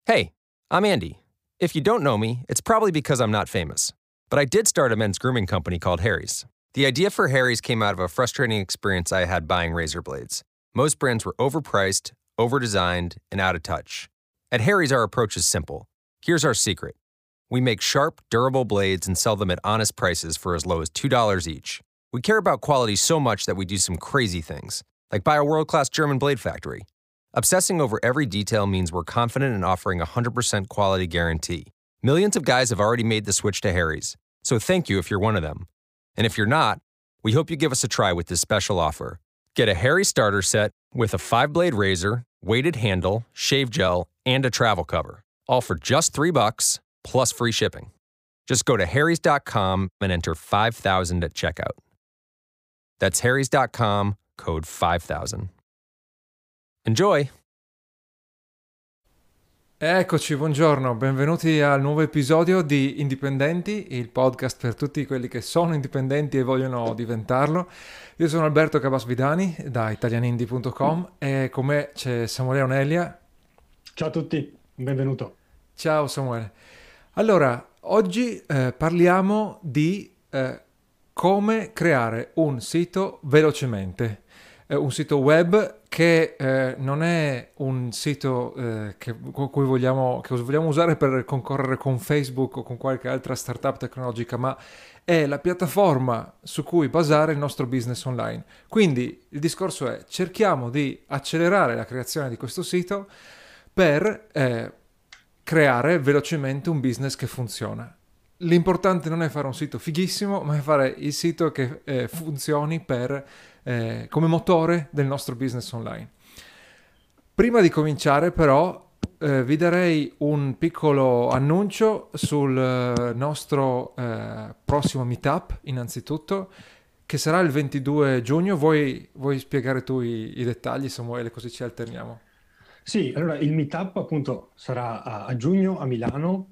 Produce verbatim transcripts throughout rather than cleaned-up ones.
Hey, I'm Andy. If you don't know me, it's probably because I'm not famous. But I did start a men's grooming company called Harry's. The idea for Harry's came out of a frustrating experience I had buying razor blades. Most brands were overpriced, overdesigned, and out of touch. At Harry's, our approach is simple. Here's our secret. We make sharp, durable blades and sell them at honest prices for as low as two dollars each. We care about quality so much that we do some crazy things, like buy a world-class German blade factory. Obsessing over every detail means we're confident in offering a one hundred percent quality guarantee. Millions of guys have already made the switch to Harry's, so thank you if you're one of them. And if you're not, we hope you give us a try with this special offer. Get a Harry starter set with a five-blade razor, weighted handle, shave gel, and a travel cover, all for just three bucks plus free shipping. Just go to harrys dot com and enter five thousand at checkout. That's harrys dot com, code five thousand. Enjoy! Eccoci, buongiorno, benvenuti al nuovo episodio di Indipendenti, il podcast per tutti quelli che sono indipendenti e vogliono diventarlo. Io sono Alberto Cabasvidani da italianindi punto com e con me c'è Samuele Onelia. Ciao a tutti, benvenuto. Ciao Samuele. Allora, oggi eh, parliamo di eh, come creare un sito velocemente. Un sito web che eh, non è un sito eh, che, cui vogliamo, che vogliamo usare per concorrere con Facebook o con qualche altra startup tecnologica, ma è la piattaforma su cui basare il nostro business online. Quindi il discorso è: cerchiamo di accelerare la creazione di questo sito per eh, creare velocemente un business che funziona. L'importante non è fare un sito fighissimo, ma è fare il sito che eh, funzioni per Eh, come motore del nostro business online. Prima di cominciare però eh, vi darei un piccolo annuncio sul eh, nostro eh, prossimo meetup, innanzitutto, che sarà il ventidue giugno. Vuoi, vuoi spiegare tu i, i dettagli, Samuele, così ci alterniamo? Sì, allora il meetup appunto sarà a, a giugno a Milano,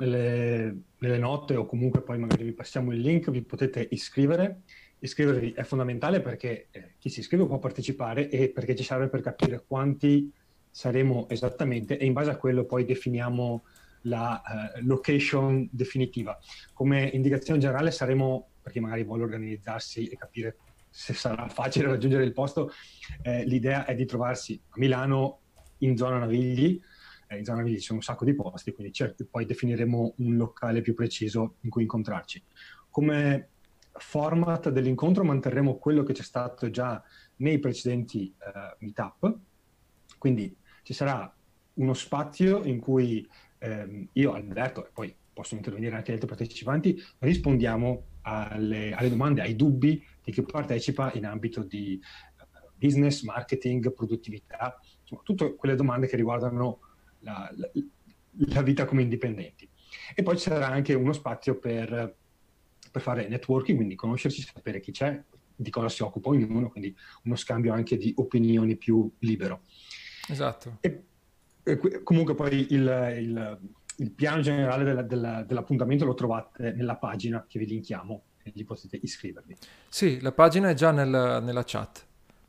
nelle, nelle notte, o comunque poi magari vi passiamo il link, vi potete iscrivere. Iscrivervi è fondamentale perché eh, chi si iscrive può partecipare e perché ci serve per capire quanti saremo esattamente, e in base a quello poi definiamo la eh, location definitiva. Come indicazione generale saremo, per chi magari vuole organizzarsi e capire se sarà facile raggiungere il posto, eh, l'idea è di trovarsi a Milano in zona Navigli. Eh, in zona Navigli ci sono un sacco di posti, quindi certo, poi definiremo un locale più preciso in cui incontrarci. Come format dell'incontro manterremo quello che c'è stato già nei precedenti uh, meetup, quindi ci sarà uno spazio in cui ehm, io, Alberto, e poi possono intervenire anche gli altri partecipanti, rispondiamo alle, alle domande, ai dubbi di chi partecipa in ambito di uh, business, marketing, produttività, insomma, tutte quelle domande che riguardano la, la, la vita come indipendenti. E poi ci sarà anche uno spazio per per fare networking, quindi conoscersi, sapere chi c'è, di cosa si occupa ognuno, quindi uno scambio anche di opinioni più libero. Esatto. E, e comunque poi il, il, il piano generale della, della, dell'appuntamento lo trovate nella pagina che vi linkiamo e lì potete iscrivervi. Sì, la pagina è già nel, nella chat.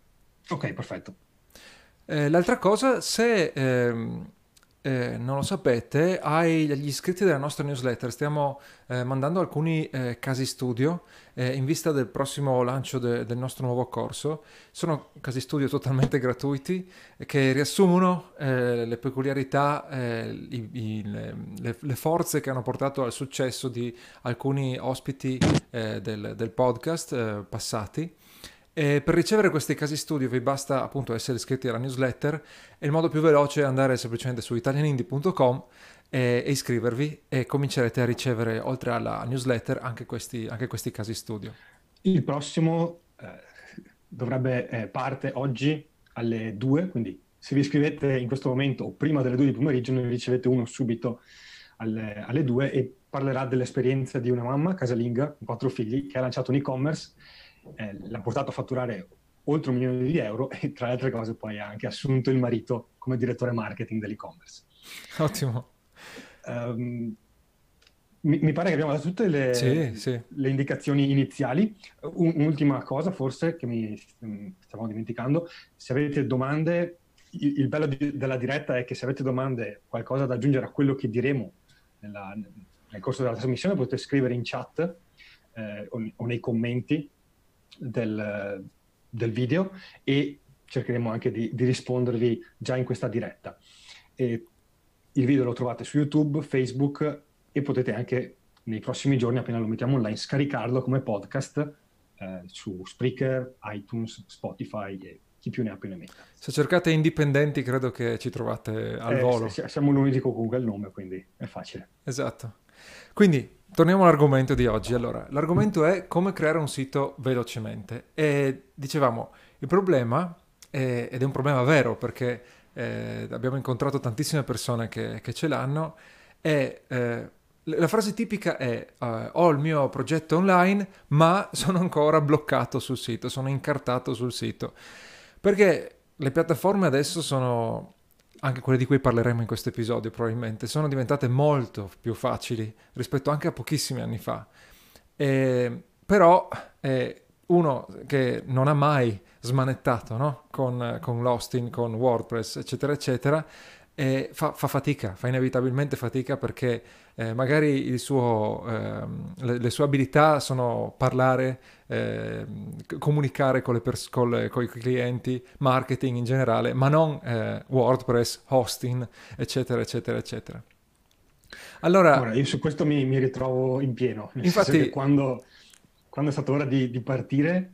Ok, perfetto. Eh, l'altra cosa, se ehm, eh, non lo sapete, ai, agli iscritti della nostra newsletter stiamo eh, mandando alcuni eh, casi studio eh, in vista del prossimo lancio de, del nostro nuovo corso. Sono casi studio totalmente gratuiti eh, che riassumono eh, le peculiarità, eh, i, i, le, le forze che hanno portato al successo di alcuni ospiti eh, del, del podcast eh, passati. E per ricevere questi casi studio vi basta appunto essere iscritti alla newsletter, e il modo più veloce è andare semplicemente su italianindi punto com e, e iscrivervi, e comincerete a ricevere, oltre alla newsletter, anche questi, anche questi casi studio. Il prossimo eh, dovrebbe eh, parte oggi alle due, quindi se vi iscrivete in questo momento o prima delle due di pomeriggio ne ricevete uno subito alle, alle due, e parlerà dell'esperienza di una mamma casalinga con quattro figli che ha lanciato un e-commerce. Eh, l'ha portato a fatturare oltre un milione di euro e tra le altre cose poi ha anche assunto il marito come direttore marketing dell'e-commerce. Ottimo. Um, mi, mi pare che abbiamo dato tutte le, sì, sì. le indicazioni iniziali. Un, un'ultima cosa forse che mi stavamo dimenticando: se avete domande il, il bello di, della diretta è che se avete domande, qualcosa da aggiungere a quello che diremo nella, nel corso della trasmissione, potete scrivere in chat eh, o, o nei commenti del, del video, e cercheremo anche di, di rispondervi già in questa diretta. E il video lo trovate su YouTube, Facebook, e potete anche nei prossimi giorni, appena lo mettiamo online, scaricarlo come podcast eh, su Spreaker, iTunes, Spotify e chi più ne ha più ne metta. Se cercate indipendenti credo che ci trovate al eh, volo. S- siamo l'unico con Google nome, quindi è facile. Esatto. Quindi torniamo all'argomento di oggi. Allora, l'argomento è come creare un sito velocemente. E dicevamo, il problema, è, ed è un problema vero perché eh, abbiamo incontrato tantissime persone che, che ce l'hanno, è... Eh, la frase tipica è uh, ho il mio progetto online ma sono ancora bloccato sul sito, sono incartato sul sito. Perché le piattaforme adesso sono, anche quelle di cui parleremo in questo episodio probabilmente, sono diventate molto più facili rispetto anche a pochissimi anni fa. E, però eh, uno che non ha mai smanettato, no? con, con l'hosting, con WordPress, eccetera, eccetera, e fa, fa fatica, fa inevitabilmente fatica perché eh, magari il suo, ehm, le, le sue abilità sono parlare, eh, comunicare con, le pers- con, le, con i clienti, marketing in generale, ma non eh, WordPress, hosting, eccetera, eccetera, eccetera. Allora, Ora, io su questo mi, mi ritrovo in pieno, nel infatti, senso che quando, quando è stata ora di, di partire,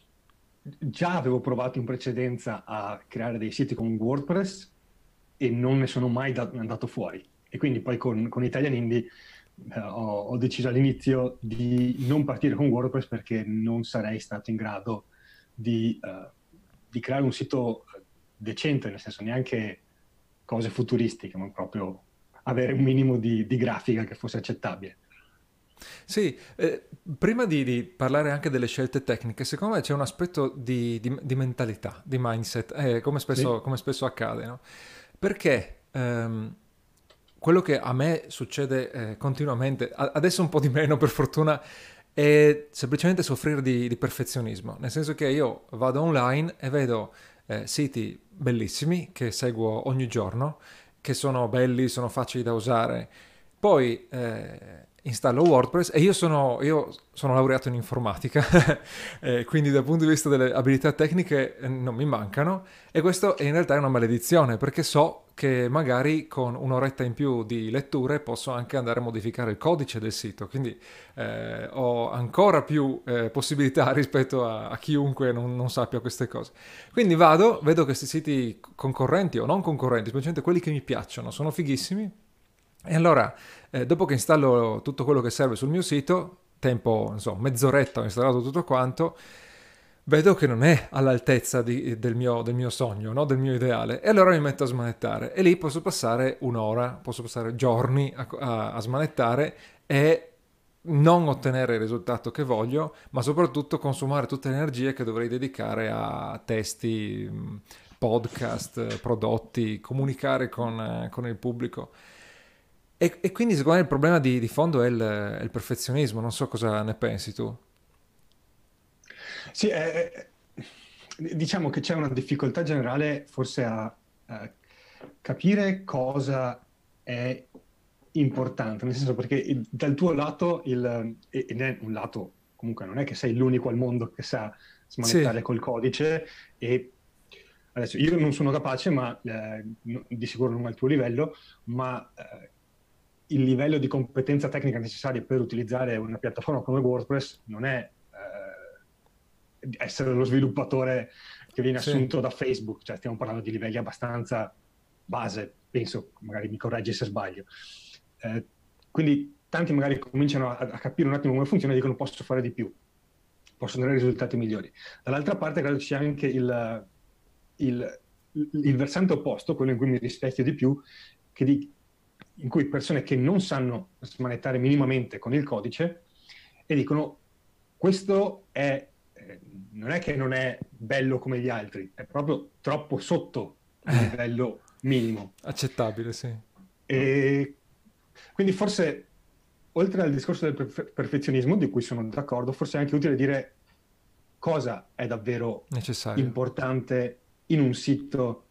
già avevo provato in precedenza a creare dei siti con WordPress e non ne sono mai da- andato fuori. E quindi poi con, con Italian Indie eh, ho, ho deciso all'inizio di non partire con WordPress perché non sarei stato in grado di, eh, di creare un sito decente, nel senso neanche cose futuristiche, ma proprio avere un minimo di, di grafica che fosse accettabile. sì, eh, prima di, di parlare anche delle scelte tecniche, secondo me c'è un aspetto di, di- di mentalità, di mindset, eh, come spesso, Sì. come spesso accade, no? Perché ehm, quello che a me succede eh, continuamente, a- adesso un po' di meno per fortuna, è semplicemente soffrire di, di perfezionismo, nel senso che io vado online e vedo eh, siti bellissimi che seguo ogni giorno, che sono belli, sono facili da usare, poi eh, installo WordPress e io sono, io sono laureato in informatica, eh, quindi dal punto di vista delle abilità tecniche eh, non mi mancano, e questo in realtà è una maledizione perché so che magari con un'oretta in più di letture posso anche andare a modificare il codice del sito, quindi eh, ho ancora più eh, possibilità rispetto a, a chiunque non, non sappia queste cose. Quindi vado, vedo questi siti concorrenti o non concorrenti, specialmente quelli che mi piacciono, sono fighissimi. E allora, eh, dopo che installo tutto quello che serve sul mio sito, tempo, insomma, mezz'oretta ho installato tutto quanto, vedo che non è all'altezza di- del mio, del mio sogno, no? Del mio ideale. E allora mi metto a smanettare. E lì posso passare un'ora, posso passare giorni a, a- a smanettare e non ottenere il risultato che voglio, ma soprattutto consumare tutte le energie che dovrei dedicare a testi, mh, podcast, eh, prodotti, comunicare con, eh, con il pubblico. E, e quindi secondo me il problema di, di fondo è il, è il perfezionismo, non so cosa ne pensi tu. Sì, eh, eh, diciamo che c'è una difficoltà generale forse a, a capire cosa è importante, nel senso perché il- dal tuo lato, il, e- ed è un lato, comunque non è che sei l'unico al mondo che sa Sì, smanettare col codice, e adesso io non sono capace, ma eh, no- di sicuro non al tuo livello, ma eh, il livello di competenza tecnica necessario per utilizzare una piattaforma come WordPress non è eh, essere lo sviluppatore che viene sì. assunto da Facebook, cioè stiamo parlando di livelli abbastanza base, penso, magari mi correggi se sbaglio. Eh, quindi tanti magari cominciano a, a capire un attimo come funziona e dicono posso fare di più, posso avere risultati migliori. Dall'altra parte credo ci sia anche il, il, il versante opposto, quello in cui mi rispecchio di più, che di, in cui persone che non sanno smanettare minimamente con il codice e dicono questo è, eh, non è che non è bello come gli altri, è proprio troppo sotto il livello minimo. Accettabile, sì. E quindi forse, oltre al discorso del perfe- perfezionismo, di cui sono d'accordo, forse è anche utile dire cosa è davvero Necessario. importante in un sito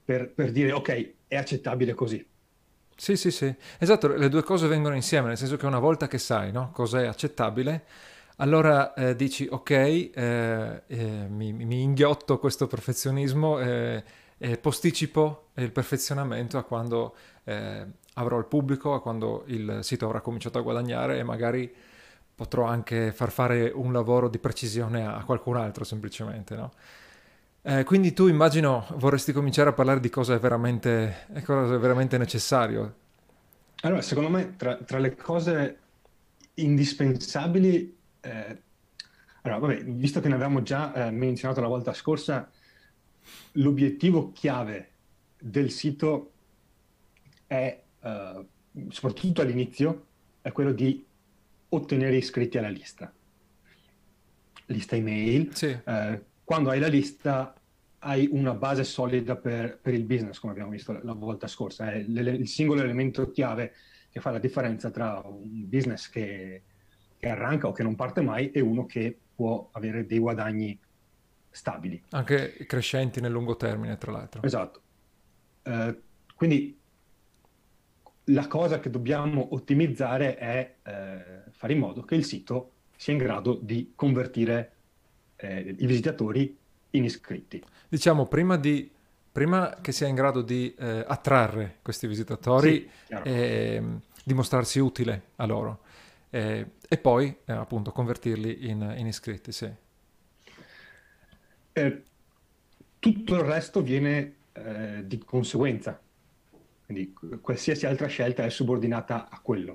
per, per dire ok, è accettabile così. Sì, sì, sì, esatto, le due cose vengono insieme, nel senso che una volta che sai, no, cosa è accettabile, allora eh, dici ok, eh, eh, mi, mi inghiotto questo perfezionismo e e posticipo il perfezionamento a quando eh, avrò il pubblico, a quando il sito avrà cominciato a guadagnare e magari potrò anche far fare un lavoro di precisione a, a qualcun altro semplicemente, no? Eh, quindi tu immagino vorresti cominciare a parlare di cosa è veramente, cosa è veramente necessario. Allora, secondo me, tra, tra le cose indispensabili, eh, allora, vabbè, visto che ne avevamo già eh, menzionato la volta scorsa, l'obiettivo chiave del sito è, eh, soprattutto all'inizio, è quello di ottenere iscritti alla lista. Lista email. Sì, Eh, quando hai la lista hai una base solida per, per il business, come abbiamo visto la, la volta scorsa. È il, il singolo elemento chiave che fa la differenza tra un business che, che arranca o che non parte mai e uno che può avere dei guadagni stabili. anche crescenti nel lungo termine, tra l'altro. Esatto. Eh, quindi la cosa che dobbiamo ottimizzare è eh, fare in modo che il sito sia in grado di convertire eh, i visitatori in iscritti. Diciamo, prima di prima che sia in grado di eh, attrarre questi visitatori Sì, chiaro. e dimostrarsi utile a loro eh, e poi eh, appunto convertirli in, in iscritti, sì. Eh, tutto il resto viene eh, di conseguenza, quindi qualsiasi altra scelta è subordinata a quello.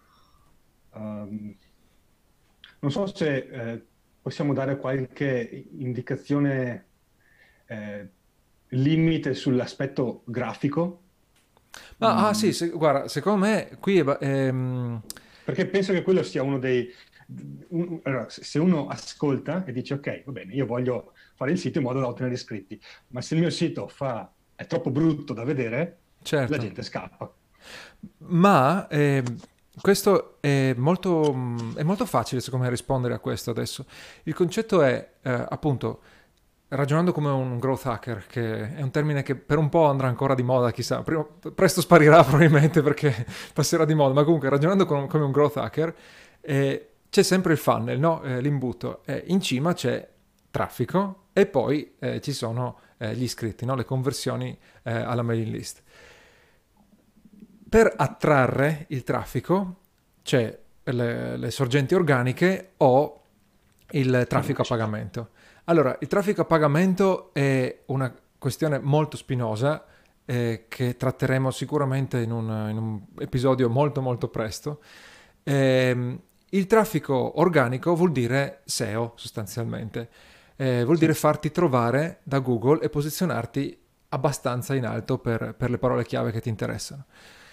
Um, non so se eh, possiamo dare qualche indicazione eh, limite sull'aspetto grafico. Ma, ah Mm, sì, se- guarda, secondo me qui è, ba- ehm, perché penso che quello sia uno dei... un- allora, se se uno ascolta e dice ok, va bene, io voglio fare il sito in modo da ottenere iscritti, ma se il mio sito fa, è troppo brutto da vedere, la certo. gente scappa. Ma ehm, questo è molto, mh, è molto facile secondo me rispondere a questo adesso. Il concetto è eh, appunto ragionando come un growth hacker, che è un termine che per un po' andrà ancora di moda, chissà, prima- presto sparirà probabilmente perché passerà di moda, ma comunque ragionando com- come un growth hacker eh, c'è sempre il funnel, no? Eh, l'imbuto. Eh, in cima c'è traffico e poi eh, ci sono eh, gli iscritti, no? Le conversioni eh, alla mailing list. Per attrarre il traffico c'è le, le sorgenti organiche o il traffico a Pubblicità. pagamento. Allora, il traffico a pagamento è una questione molto spinosa eh, che tratteremo sicuramente in un, in un episodio molto molto presto. Ehm, il traffico organico vuol dire S E O sostanzialmente. Eh, vuol dire Sì. farti trovare da Google e posizionarti abbastanza in alto per, per le parole chiave che ti interessano.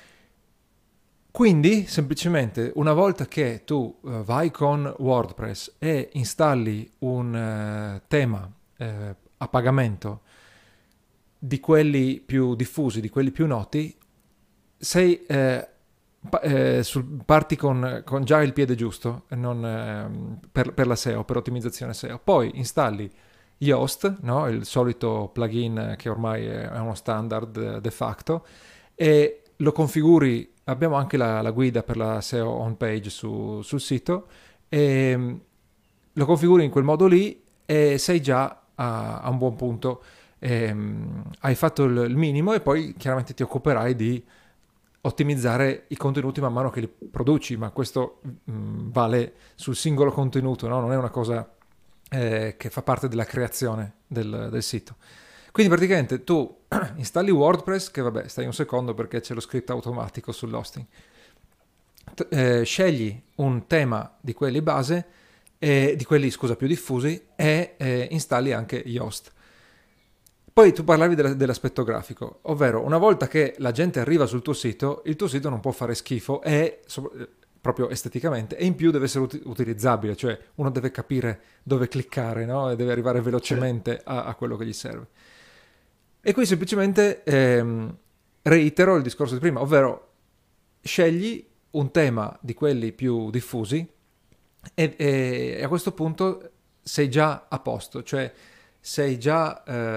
Quindi, semplicemente, una volta che tu eh, vai con WordPress e installi un eh, tema eh, a pagamento di quelli più diffusi, di quelli più noti, sei, eh, pa- eh, sul- parti con, con già il piede giusto non, ehm, per, per la S E O, per ottimizzazione S E O. Poi installi Yoast, no? Il solito plugin che ormai è è uno standard eh, de facto, e lo configuri. Abbiamo anche la, la guida per la S E O on page su- sul sito e mm, lo configuri in quel modo lì e sei già a, a un buon punto. Ehm, hai fatto il, il minimo e poi chiaramente ti occuperai di ottimizzare i contenuti man mano che li produci, ma questo mm, vale sul singolo contenuto, no? Non è una cosa eh, che fa parte della creazione del, del sito. Quindi praticamente tu installi WordPress, che vabbè, stai un secondo perché c'è lo script automatico sull'hosting. T- eh, scegli un tema di quelli base, eh, di quelli, scusa, più diffusi e eh, installi anche Yoast. Poi tu parlavi della- dell'aspetto grafico, ovvero una volta che la gente arriva sul tuo sito, il tuo sito non può fare schifo e so- eh, proprio esteticamente e in più deve essere ut- utilizzabile, cioè uno deve capire dove cliccare, no? E deve arrivare velocemente a, a quello che gli serve. E qui semplicemente ehm, reitero il discorso di prima, ovvero scegli un tema di quelli più diffusi e, e a questo punto sei già a posto, cioè sei già, eh,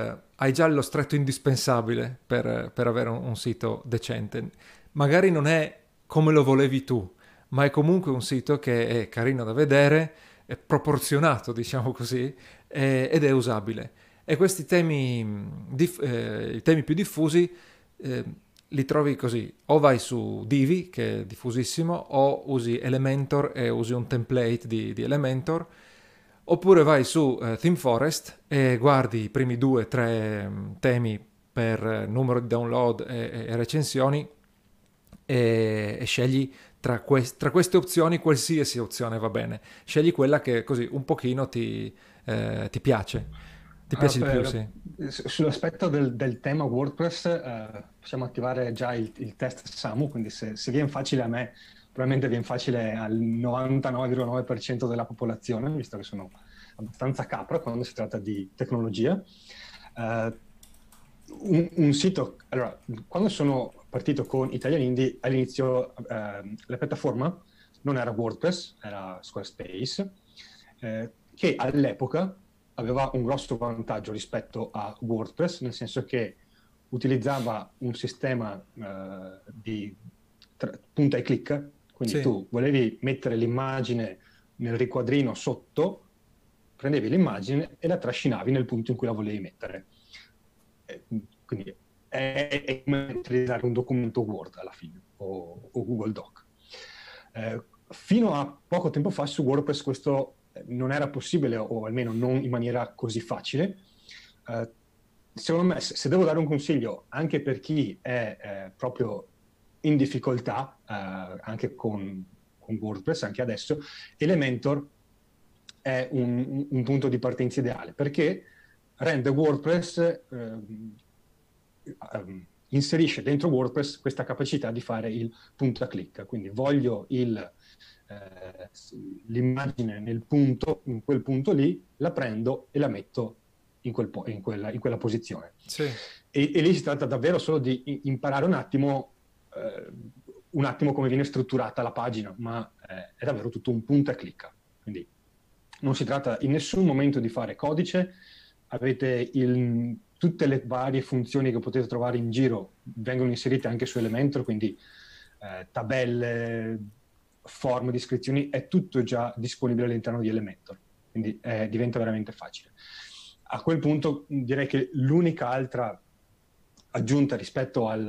hai già lo stretto indispensabile per, per avere un, un sito decente. Magari non è come lo volevi tu, ma è comunque un sito che è carino da vedere, è proporzionato, diciamo così, è- ed è usabile. E questi temi, mh, diff- eh, i temi più diffusi, eh, li trovi così, o vai su Divi, che è diffusissimo, o usi Elementor e usi un template di, di Elementor, oppure vai su eh, ThemeForest e guardi i primi due o tre mh, temi per eh, numero di download e, e recensioni e, e scegli tra, quest- tra queste opzioni, qualsiasi opzione va bene. Scegli quella che così un pochino ti, eh, ti piace. Ti Ah, piace di più, per- sì. s- Sull'aspetto del, del tema WordPress, eh, possiamo attivare già il, il test SAMU, quindi se, se viene facile a me, probabilmente viene facile al novantanove virgola nove per cento della popolazione, visto che sono abbastanza capra quando si tratta di tecnologia. Eh, un, un sito, allora, quando sono partito con Italian Indie, all'inizio eh, la piattaforma non era WordPress, era Squarespace, eh, che all'epoca aveva un grosso vantaggio rispetto a WordPress, nel senso che utilizzava un sistema eh, di tra- punta e clicca, quindi Sì, tu volevi mettere l'immagine nel riquadrino sotto, prendevi l'immagine e la trascinavi nel punto in cui la volevi mettere. Eh, quindi è, è come utilizzare un documento Word alla fine, o, o Google Doc. Eh, fino a poco tempo fa su WordPress questo non era possibile, o almeno non in maniera così facile. Eh, secondo me, se, se devo dare un consiglio anche per chi è eh, proprio in difficoltà, eh, anche con, con WordPress, anche adesso, Elementor è un, un punto di partenza ideale, perché rende WordPress, ehm, ehm, inserisce dentro WordPress questa capacità di fare il punto a clic. Quindi voglio il, eh, l'immagine nel punto, in quel punto lì, la prendo e la metto in, quel po- in, quella, in quella posizione. sì, E, e lì si tratta davvero solo di imparare un attimo, eh, un attimo come viene strutturata la pagina, ma eh, è davvero tutto un punto a clic. Quindi non si tratta in nessun momento di fare codice, avete il, tutte le varie funzioni che potete trovare in giro vengono inserite anche su Elementor, quindi eh, tabelle, form di iscrizioni, è tutto già disponibile all'interno di Elementor, quindi eh, diventa veramente facile. A quel punto direi che l'unica altra aggiunta rispetto al,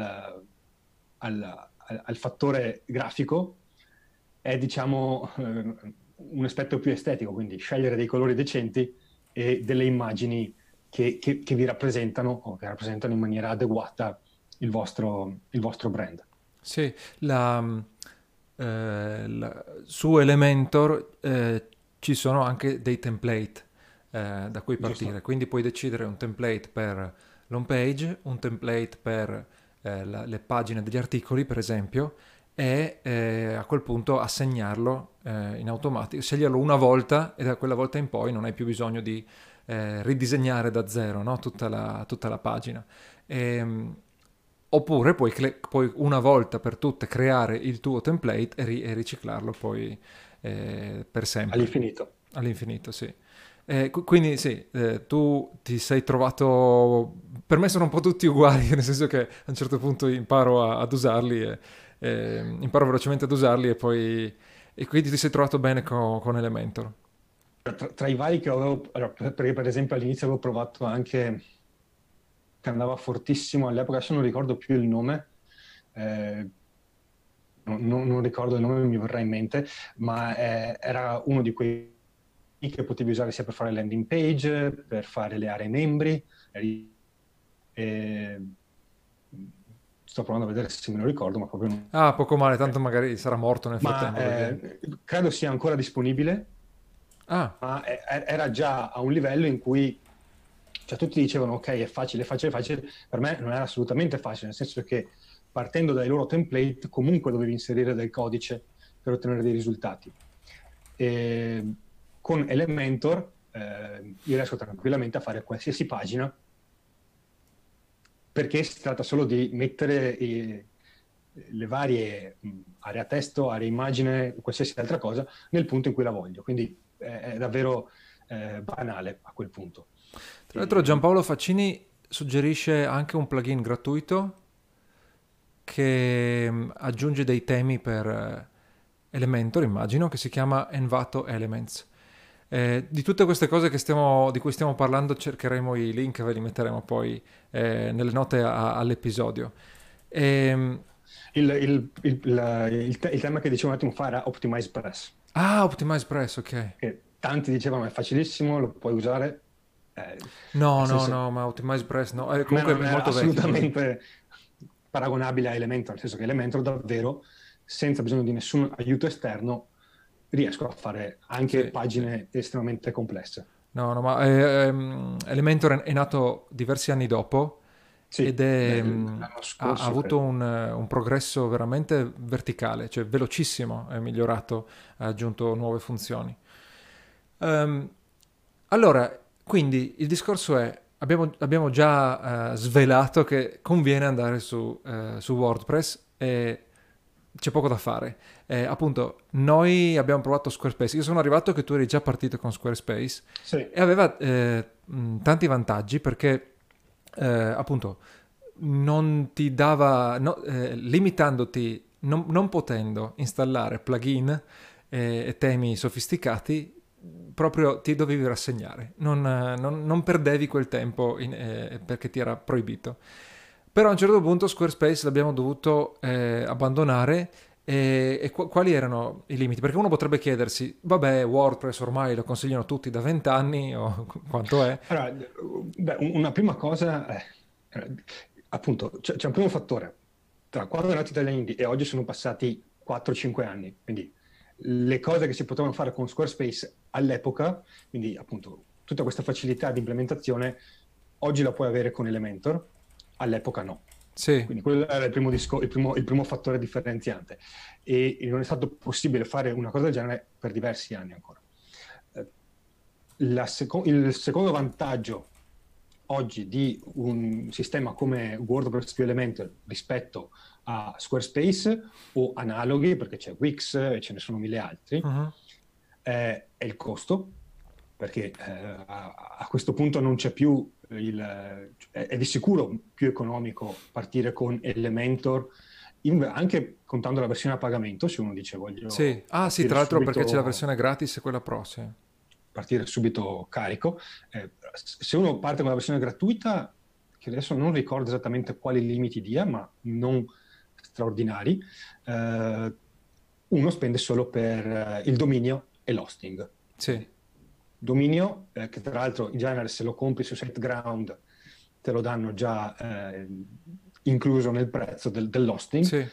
al, al, al fattore grafico è, diciamo, eh, un aspetto più estetico, quindi scegliere dei colori decenti e delle immagini che, che, che vi rappresentano o che rappresentano in maniera adeguata il vostro, il vostro brand. sì. La, mh, eh, la- su Elementor eh, ci sono anche dei template eh, da cui partire, Giusto? quindi puoi decidere un template per l'home page, un template per eh, la- le pagine degli articoli, per esempio, e eh, a quel punto assegnarlo eh, in automatico, sceglierlo una volta e da quella volta in poi non hai più bisogno di eh, ridisegnare da zero, no? Tutta la, tutta la pagina. Ehm, oppure puoi, cle- puoi una volta per tutte creare il tuo template e, ri- e riciclarlo poi eh, per sempre, All'infinito. all'infinito, sì. Eh, qu- quindi sì, eh, tu ti sei trovato... Per me sono un po' tutti uguali, nel senso che a un certo punto imparo a- ad usarli, e, e imparo velocemente ad usarli e poi... E quindi ti sei trovato bene co- con Elementor. Tra, tra i vari che avevo, allora, perché per esempio all'inizio avevo provato anche, che andava fortissimo all'epoca, adesso non ricordo più il nome, eh, non, non- non ricordo il nome, mi verrà in mente, ma eh, era uno di quei che potevi usare sia per fare landing page, per fare le aree membri. E, sto provando a vedere se me lo ricordo, ma proprio non... Ah, poco male, eh, tanto magari sarà morto nel Ma frattempo perché... eh, credo sia ancora disponibile, Ah, ma è- era già a un livello in cui, cioè, tutti dicevano ok, è facile, è facile, è facile. Per me non era assolutamente facile, nel senso che partendo dai loro template comunque dovevi inserire del codice per ottenere dei risultati. E con Elementor eh, io riesco tranquillamente a fare qualsiasi pagina, perché si tratta solo di mettere i- le varie mh, area testo, area immagine, qualsiasi altra cosa nel punto in cui la voglio. Quindi è, è davvero eh, banale a quel punto. tra l'altro E, Giampaolo Faccini suggerisce anche un plugin gratuito che mh, aggiunge dei temi per eh, Elementor, immagino, che si chiama Envato Elements. Eh, di tutte queste cose che stiamo, di cui stiamo parlando cercheremo i link, ve li metteremo poi eh, nelle note a- all'episodio. Ehm, Il, il- il- la- il te- il tema che dicevo un attimo fa era Optimize Press, ah, Optimize Press, ok. che tanti dicevano è facilissimo, lo puoi usare. Eh, No, nel no, senso, no, ma Optimize Press no. Eh, per me comunque non è è molto vecchio. assolutamente paragonabile a Elementor, nel senso che Elementor davvero, senza bisogno di nessun aiuto esterno, riesco a fare anche Sì, pagine estremamente complesse. No, no, ma eh, ehm, Elementor è, è nato diversi anni dopo Sì, ed è, beh, mh, l'anno ha, ha scorso avuto credo. un, eh, un progresso veramente verticale, cioè velocissimo, è migliorato, ha aggiunto nuove funzioni. Ehm, allora, quindi il discorso è, abbiamo, abbiamo già eh, svelato che conviene andare su, eh, su WordPress e c'è poco da fare. Eh, appunto, noi abbiamo provato Squarespace. Io sono arrivato che tu eri già partito con Squarespace Sì, e aveva eh, mh, tanti vantaggi perché, eh, appunto, non ti dava, no- eh, limitandoti, non, non potendo installare plugin eh, e temi sofisticati, proprio ti dovevi rassegnare, non, eh, non- non perdevi quel tempo in- eh, perché ti era proibito. Però a un certo punto Squarespace l'abbiamo dovuto eh, abbandonare e, e qu- quali erano i limiti? Perché uno potrebbe chiedersi, vabbè, WordPress ormai lo consigliano tutti da vent'anni o qu- quanto è? allora, beh, un- una prima cosa è, eh, appunto, c'è, c'è un primo fattore. Tra quando è nato Italian Indie e oggi sono passati quattro cinque anni, quindi le cose che si potevano fare con Squarespace all'epoca, quindi appunto tutta questa facilità di implementazione, oggi la puoi avere con Elementor, all'epoca no. Sì, Quindi quello era il primo, disco- il primo, il primo fattore differenziante e non è stato possibile fare una cosa del genere per diversi anni ancora. Eh, la seco- il secondo vantaggio oggi di un sistema come WordPress più Elementor rispetto a Squarespace o analoghi, perché c'è Wix e ce ne sono mille altri, mhm, eh, è il costo, perché eh, a, a questo punto non c'è più il, è, è di sicuro più economico partire con Elementor, in- anche contando la versione a pagamento, se uno dice sì. voglio Ah, sì, partire tra l'altro perché c'è la subito versione gratis e quella pro, sì. partire subito carico. Eh, se uno parte con la versione gratuita, che adesso non ricordo esattamente quali limiti dia, ma non straordinari, eh, uno spende solo per eh, il dominio e l'hosting. Sì, Dominio, eh, che tra l'altro in genere se lo compri su SiteGround te lo danno già eh, incluso nel prezzo del, dell'hosting, sì.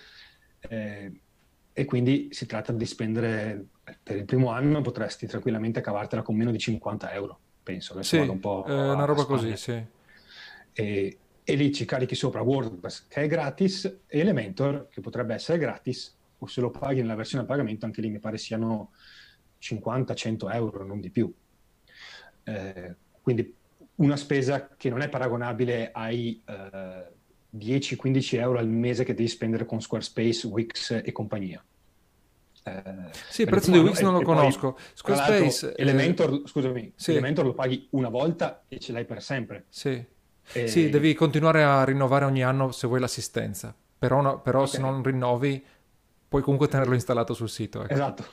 eh, e quindi si tratta di spendere per il primo anno potresti tranquillamente cavartela con meno di cinquanta euro, penso, adesso Sì, vado un po' eh, una a, a roba così, spalle. sì. E, e lì ci carichi sopra WordPress che è gratis e Elementor che potrebbe essere gratis o se lo paghi nella versione a pagamento anche lì mi pare siano cinquanta cento euro, non di più. Eh, quindi una spesa che non è paragonabile ai eh, dieci quindici euro al mese che devi spendere con Squarespace, Wix e compagnia. Eh, Sì, il per il prezzo primo di anno Wix non e, lo e poi conosco. tra l'altro Squarespace, eh, Elementor, scusami, sì, Elementor lo paghi una volta e ce l'hai per sempre. sì. Sì, E, devi continuare a rinnovare ogni anno se vuoi l'assistenza. Però, no- però ok, se non rinnovi, puoi comunque tenerlo installato sul sito, ecco. esatto.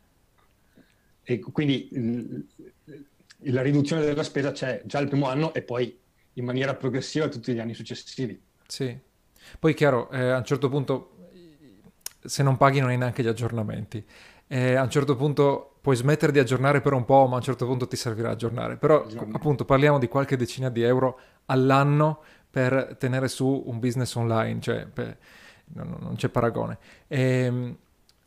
E quindi il- la riduzione della spesa c'è già il primo anno e poi in maniera progressiva tutti gli anni successivi. Sì. Poi chiaro, eh, a un certo punto, se non paghi non hai neanche gli aggiornamenti. Eh, a un certo punto puoi smettere di aggiornare per un po', ma a un certo punto ti servirà aggiornare. Però co- appunto parliamo di qualche decina di euro all'anno per tenere su un business online, cioè per- non, non c'è paragone. Ehm,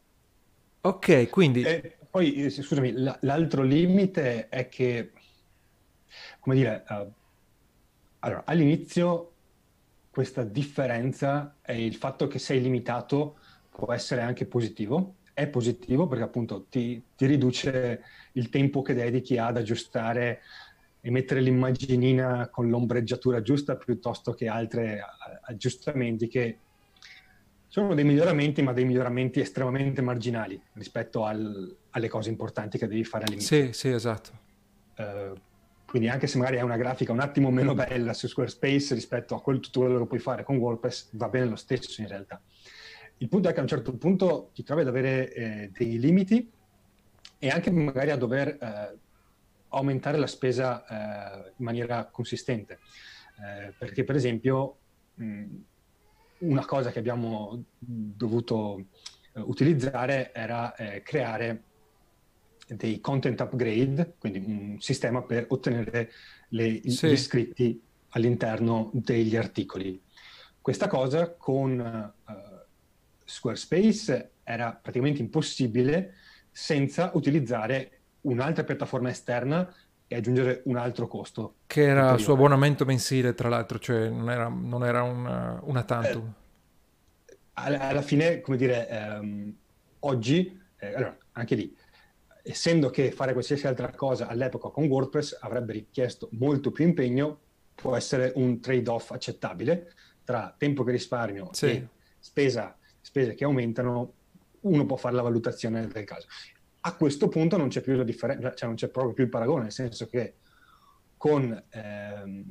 ok, quindi E poi, eh, sì, scusami, la- l'altro limite è che, come dire, eh, allora, all'inizio questa differenza e il fatto che sei limitato può essere anche positivo. È positivo perché appunto ti, ti riduce il tempo che dedichi ad aggiustare e mettere l'immaginina con l'ombreggiatura giusta piuttosto che altri aggiustamenti che sono dei miglioramenti, ma dei miglioramenti estremamente marginali rispetto al- alle cose importanti che devi fare all'inizio. sì, sì, esatto. Eh, Quindi anche se magari è una grafica un attimo meno bella su Squarespace rispetto a quel, tutto quello che puoi fare con WordPress, va bene lo stesso in realtà. Il punto è che a un certo punto ti trovi ad avere eh, dei limiti e anche magari a dover eh, aumentare la spesa eh, in maniera consistente. Eh, perché per esempio mh, una cosa che abbiamo dovuto eh, utilizzare era eh, creare dei content upgrade, quindi un sistema per ottenere le, sì. gli iscritti all'interno degli articoli. Questa cosa con uh, Squarespace era praticamente impossibile senza utilizzare un'altra piattaforma esterna e aggiungere un altro costo. Che era il suo abbonamento mensile, tra l'altro, cioè non era, non era una, una tantum. Eh, alla, alla fine, come dire, ehm, oggi, eh, allora, anche lì, essendo che fare qualsiasi altra cosa all'epoca con WordPress avrebbe richiesto molto più impegno, può essere un trade-off accettabile tra tempo che risparmio sì. e spesa, spese che aumentano. Uno può fare la valutazione del caso. A questo punto non c'è più la differenza, cioè non c'è proprio più il paragone, nel senso che con, ehm,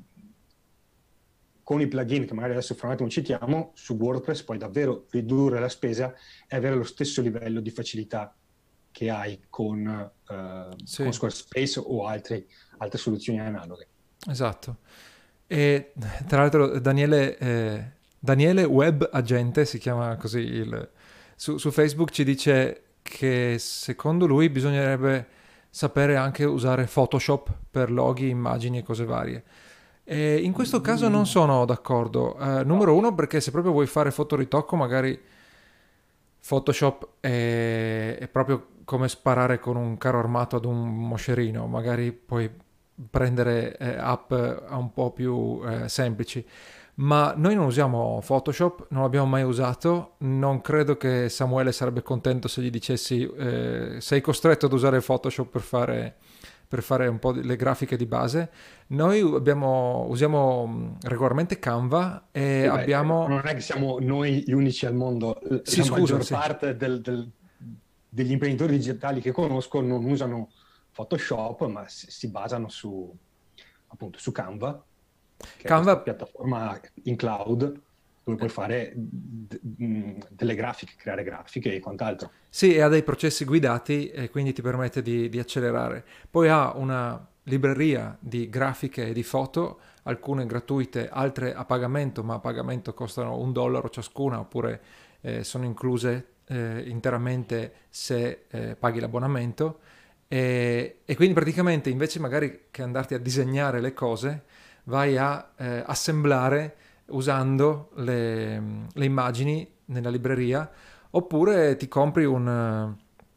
con i plugin che magari adesso fra un attimo citiamo, su WordPress puoi davvero ridurre la spesa e avere lo stesso livello di facilità che hai con, uh, sì. con Squarespace o altri, altre soluzioni analoghe. Esatto. E tra l'altro Daniele, eh, Daniele Web Agente, si chiama così, il, su, su Facebook ci dice che secondo lui bisognerebbe sapere anche usare Photoshop per loghi, immagini e cose varie. E in questo caso non sono d'accordo. Uh, numero uno, perché se proprio vuoi fare fotoritocco, magari Photoshop è, è proprio come sparare con un carro armato ad un moscerino, magari puoi prendere eh, app un po' più eh, semplici, ma noi non usiamo Photoshop, non l'abbiamo mai usato, non credo che Samuele sarebbe contento se gli dicessi eh, sei costretto ad usare Photoshop per fare, per fare un po' le grafiche di base. Noi abbiamo, usiamo regolarmente Canva e sì, abbiamo... Beh, non è che siamo noi gli unici al mondo, sì, la scusa, maggior sì. parte del, del, degli imprenditori digitali che conosco non usano Photoshop, ma si, si basano su, appunto, su Canva, che Canva... è una piattaforma in cloud dove puoi fare d- d- delle grafiche, creare grafiche e quant'altro. Sì, e ha dei processi guidati e quindi ti permette di, di accelerare. Poi ha una libreria di grafiche e di foto, alcune gratuite, altre a pagamento, ma a pagamento costano un dollaro ciascuna, oppure eh, sono incluse eh, interamente se eh, paghi l'abbonamento. E, e quindi praticamente invece magari che andarti a disegnare le cose, vai a eh, assemblare usando le, le immagini nella libreria, oppure ti compri un,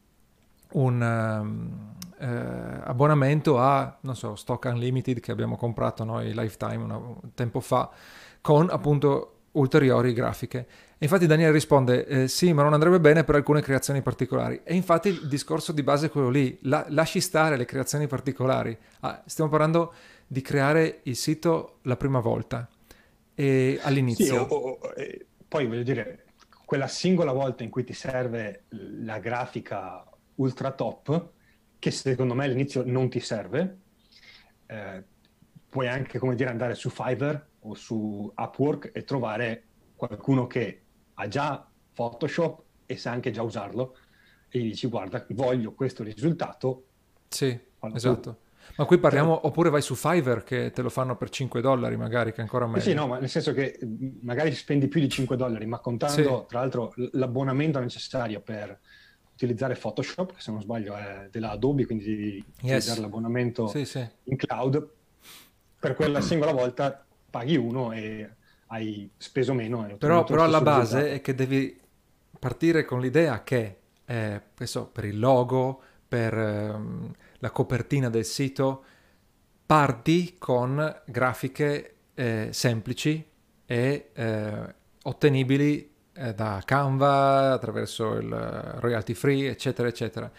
un uh, uh, abbonamento a, non so, Stock Unlimited che abbiamo comprato noi Lifetime una, un tempo fa, con appunto ulteriori grafiche. E infatti Daniele risponde eh, sì, ma non andrebbe bene per alcune creazioni particolari. E infatti il discorso di base è quello lì, la, lasci stare le creazioni particolari. Ah, stiamo parlando di creare il sito la prima volta e all'inizio. Sì, o, o, eh, poi voglio dire, quella singola volta in cui ti serve la grafica ultra top, che secondo me all'inizio non ti serve, eh, puoi anche, come dire, andare su Fiverr o su Upwork e trovare qualcuno che ha già Photoshop e sa anche già usarlo e gli dici guarda, voglio questo risultato. Sì, esatto. Ma qui parliamo, cioè, oppure vai su Fiverr che te lo fanno per cinque dollari magari, che è ancora meglio. Sì, no, ma nel senso che magari spendi più di cinque dollari, ma contando sì. tra l'altro l'abbonamento necessario per utilizzare Photoshop, che se non sbaglio è della Adobe, quindi devi yes. utilizzare l'abbonamento sì, sì. in cloud, per quella singola volta paghi uno e hai speso meno. E però però alla base risultato. È che devi partire con l'idea che, eh, so, per il logo, per ehm, la copertina del sito, parti con grafiche eh, semplici e eh, ottenibili eh, da Canva, attraverso il royalty free, eccetera, eccetera.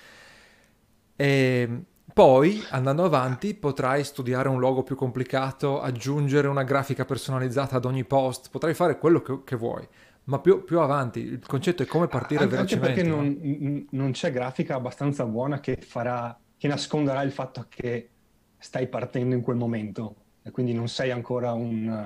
E poi, andando avanti, potrai studiare un logo più complicato, aggiungere una grafica personalizzata ad ogni post, potrai fare quello che, che vuoi. Ma più, più avanti, il concetto è come partire anche, velocemente. Anche perché no? non, non c'è grafica abbastanza buona che farà, che nasconderà il fatto che stai partendo in quel momento e quindi non sei ancora un,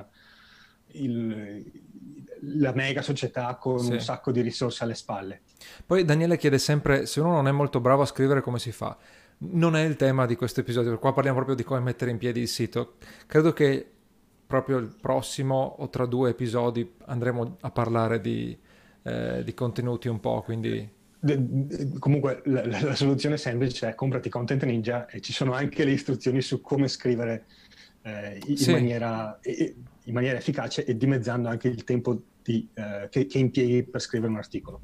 il, la mega società con Sì. un sacco di risorse alle spalle. Poi Daniele chiede sempre se uno non è molto bravo a scrivere come si fa. Non è il tema di questo episodio, qua parliamo proprio di come mettere in piedi il sito. Credo che proprio il prossimo o tra due episodi andremo a parlare di, eh, di contenuti un po', quindi... De, de, comunque la, la, la soluzione semplice è comprati Content Ninja e ci sono anche le istruzioni su come scrivere eh, in, Sì. maniera, in maniera efficace e dimezzando anche il tempo di, eh, che, che impieghi per scrivere un articolo.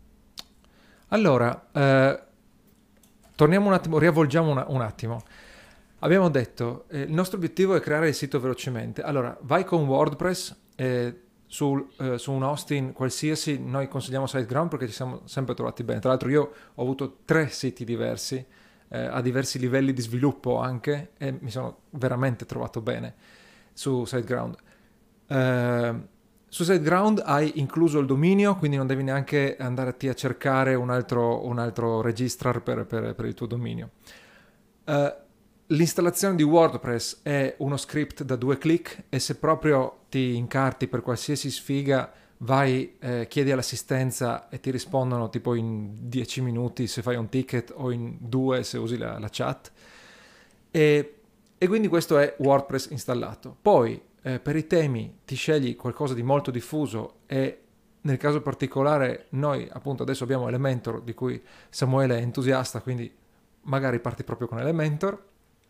Allora, eh, torniamo un attimo, riavvolgiamo una, un attimo. Abbiamo detto, eh, il nostro obiettivo è creare il sito velocemente. Allora, vai con WordPress, eh, su, eh, su un hosting qualsiasi, noi consigliamo SiteGround perché ci siamo sempre trovati bene. Tra l'altro io ho avuto tre siti diversi, eh, a diversi livelli di sviluppo anche, e mi sono veramente trovato bene su SiteGround. Eh, su SiteGround hai incluso il dominio, quindi non devi neanche andare a cercare un altro, un altro registrar per, per, per il tuo dominio. Uh, L'installazione di WordPress è uno script da due clic e se proprio ti incarti per qualsiasi sfiga vai, eh, chiedi all'assistenza e ti rispondono tipo in dieci minuti se fai un ticket o in due se usi la, la chat. E, e quindi questo è WordPress installato. Poi eh, per i temi ti scegli qualcosa di molto diffuso e nel caso particolare noi appunto adesso abbiamo Elementor di cui Samuele è entusiasta, quindi magari parti proprio con Elementor.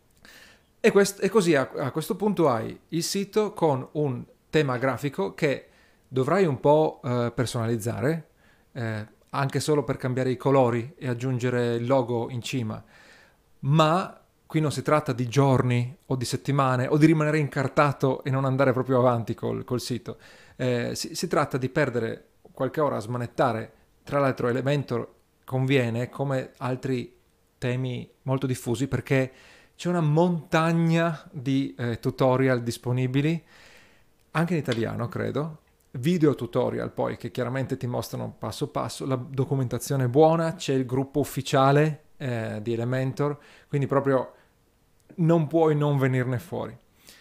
E, quest- e così a, a questo punto hai il sito con un tema grafico che dovrai un po' eh, personalizzare, eh, anche solo per cambiare i colori e aggiungere il logo in cima. Ma qui non si tratta di giorni o di settimane o di rimanere incartato e non andare proprio avanti col, col sito. Eh, si, si tratta di perdere qualche ora a smanettare. Tra l'altro Elementor conviene come altri temi molto diffusi perché c'è una montagna di eh, tutorial disponibili, anche in italiano credo, video tutorial poi che chiaramente ti mostrano passo passo, la documentazione è buona, c'è il gruppo ufficiale eh, di Elementor, quindi proprio non puoi non venirne fuori.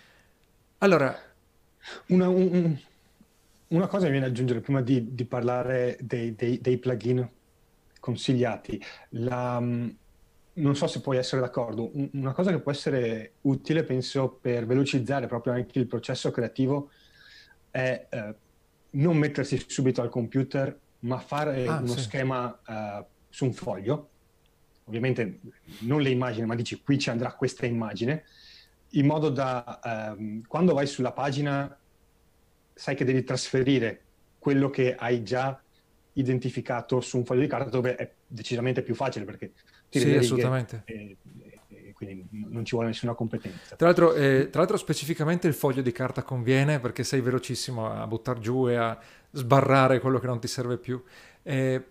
Allora, una, un, una cosa mi viene da aggiungere prima di, di parlare dei, dei, dei plugin consigliati. La... Non so se puoi essere d'accordo, una cosa che può essere utile, penso, per velocizzare proprio anche il processo creativo è eh, non mettersi subito al computer, ma fare ah, uno sì. schema eh, su un foglio, ovviamente non le immagini, ma dici qui ci andrà questa immagine, in modo da ehm, quando vai sulla pagina sai che devi trasferire quello che hai già identificato su un foglio di carta, dove è decisamente più facile perché tiri Sì, le assolutamente. righe e, e, e quindi non ci vuole nessuna competenza. Tra l'altro, eh, tra l'altro specificamente il foglio di carta conviene perché sei velocissimo a buttare giù e a sbarrare quello che non ti serve più. E,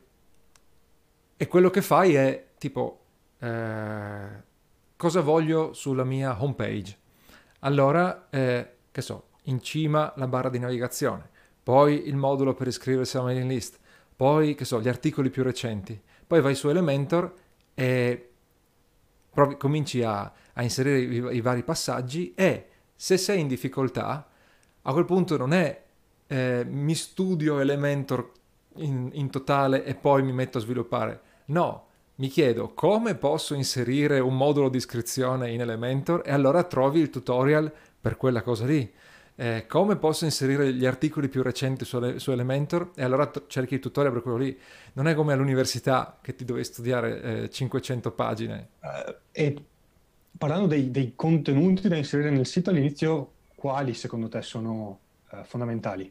e quello che fai è tipo eh, cosa voglio sulla mia homepage. Allora, eh, che so, in cima la barra di navigazione, poi il modulo per iscriversi alla mailing list, poi, che so, gli articoli più recenti. Poi vai su Elementor e provi, cominci a, a inserire i, i vari passaggi e se sei in difficoltà, a quel punto non è eh, mi studio Elementor in, in totale e poi mi metto a sviluppare. No, mi chiedo come posso inserire un modulo di iscrizione in Elementor e allora trovi il tutorial per quella cosa lì. Eh, come posso inserire gli articoli più recenti su, su Elementor e allora t- cerchi il tutorial per quello lì. Non è come all'università che ti dovevi studiare eh, cinquecento pagine. Uh, e parlando dei, dei contenuti da inserire nel sito all'inizio, quali secondo te sono uh, fondamentali?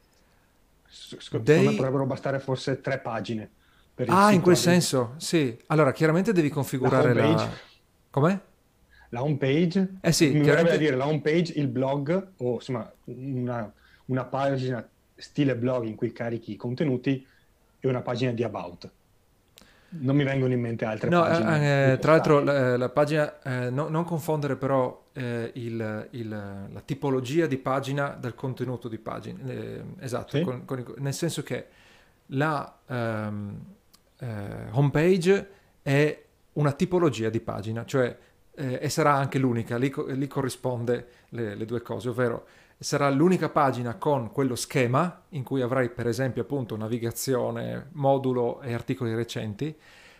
Secondo dei... me potrebbero bastare forse tre pagine per il ah, sito. in quel senso, sì. Allora, chiaramente devi configurare la... la... Com'è? La home page, eh sì, mi chiaramente... verrebbe da dire la home page, il blog o insomma una, una pagina stile blog in cui carichi i contenuti e una pagina di about. Non mi vengono in mente altre no, pagine. Eh, tra l'altro la, la pagina, eh, no, non confondere però eh, il, il, la tipologia di pagina dal contenuto di pagina. Eh, esatto, sì? con, con, nel senso che la um, eh, homepage è una tipologia di pagina, cioè eh, e sarà anche l'unica, lì, lì corrisponde le, le due cose, ovvero sarà l'unica pagina con quello schema in cui avrai per esempio appunto navigazione, modulo e articoli recenti,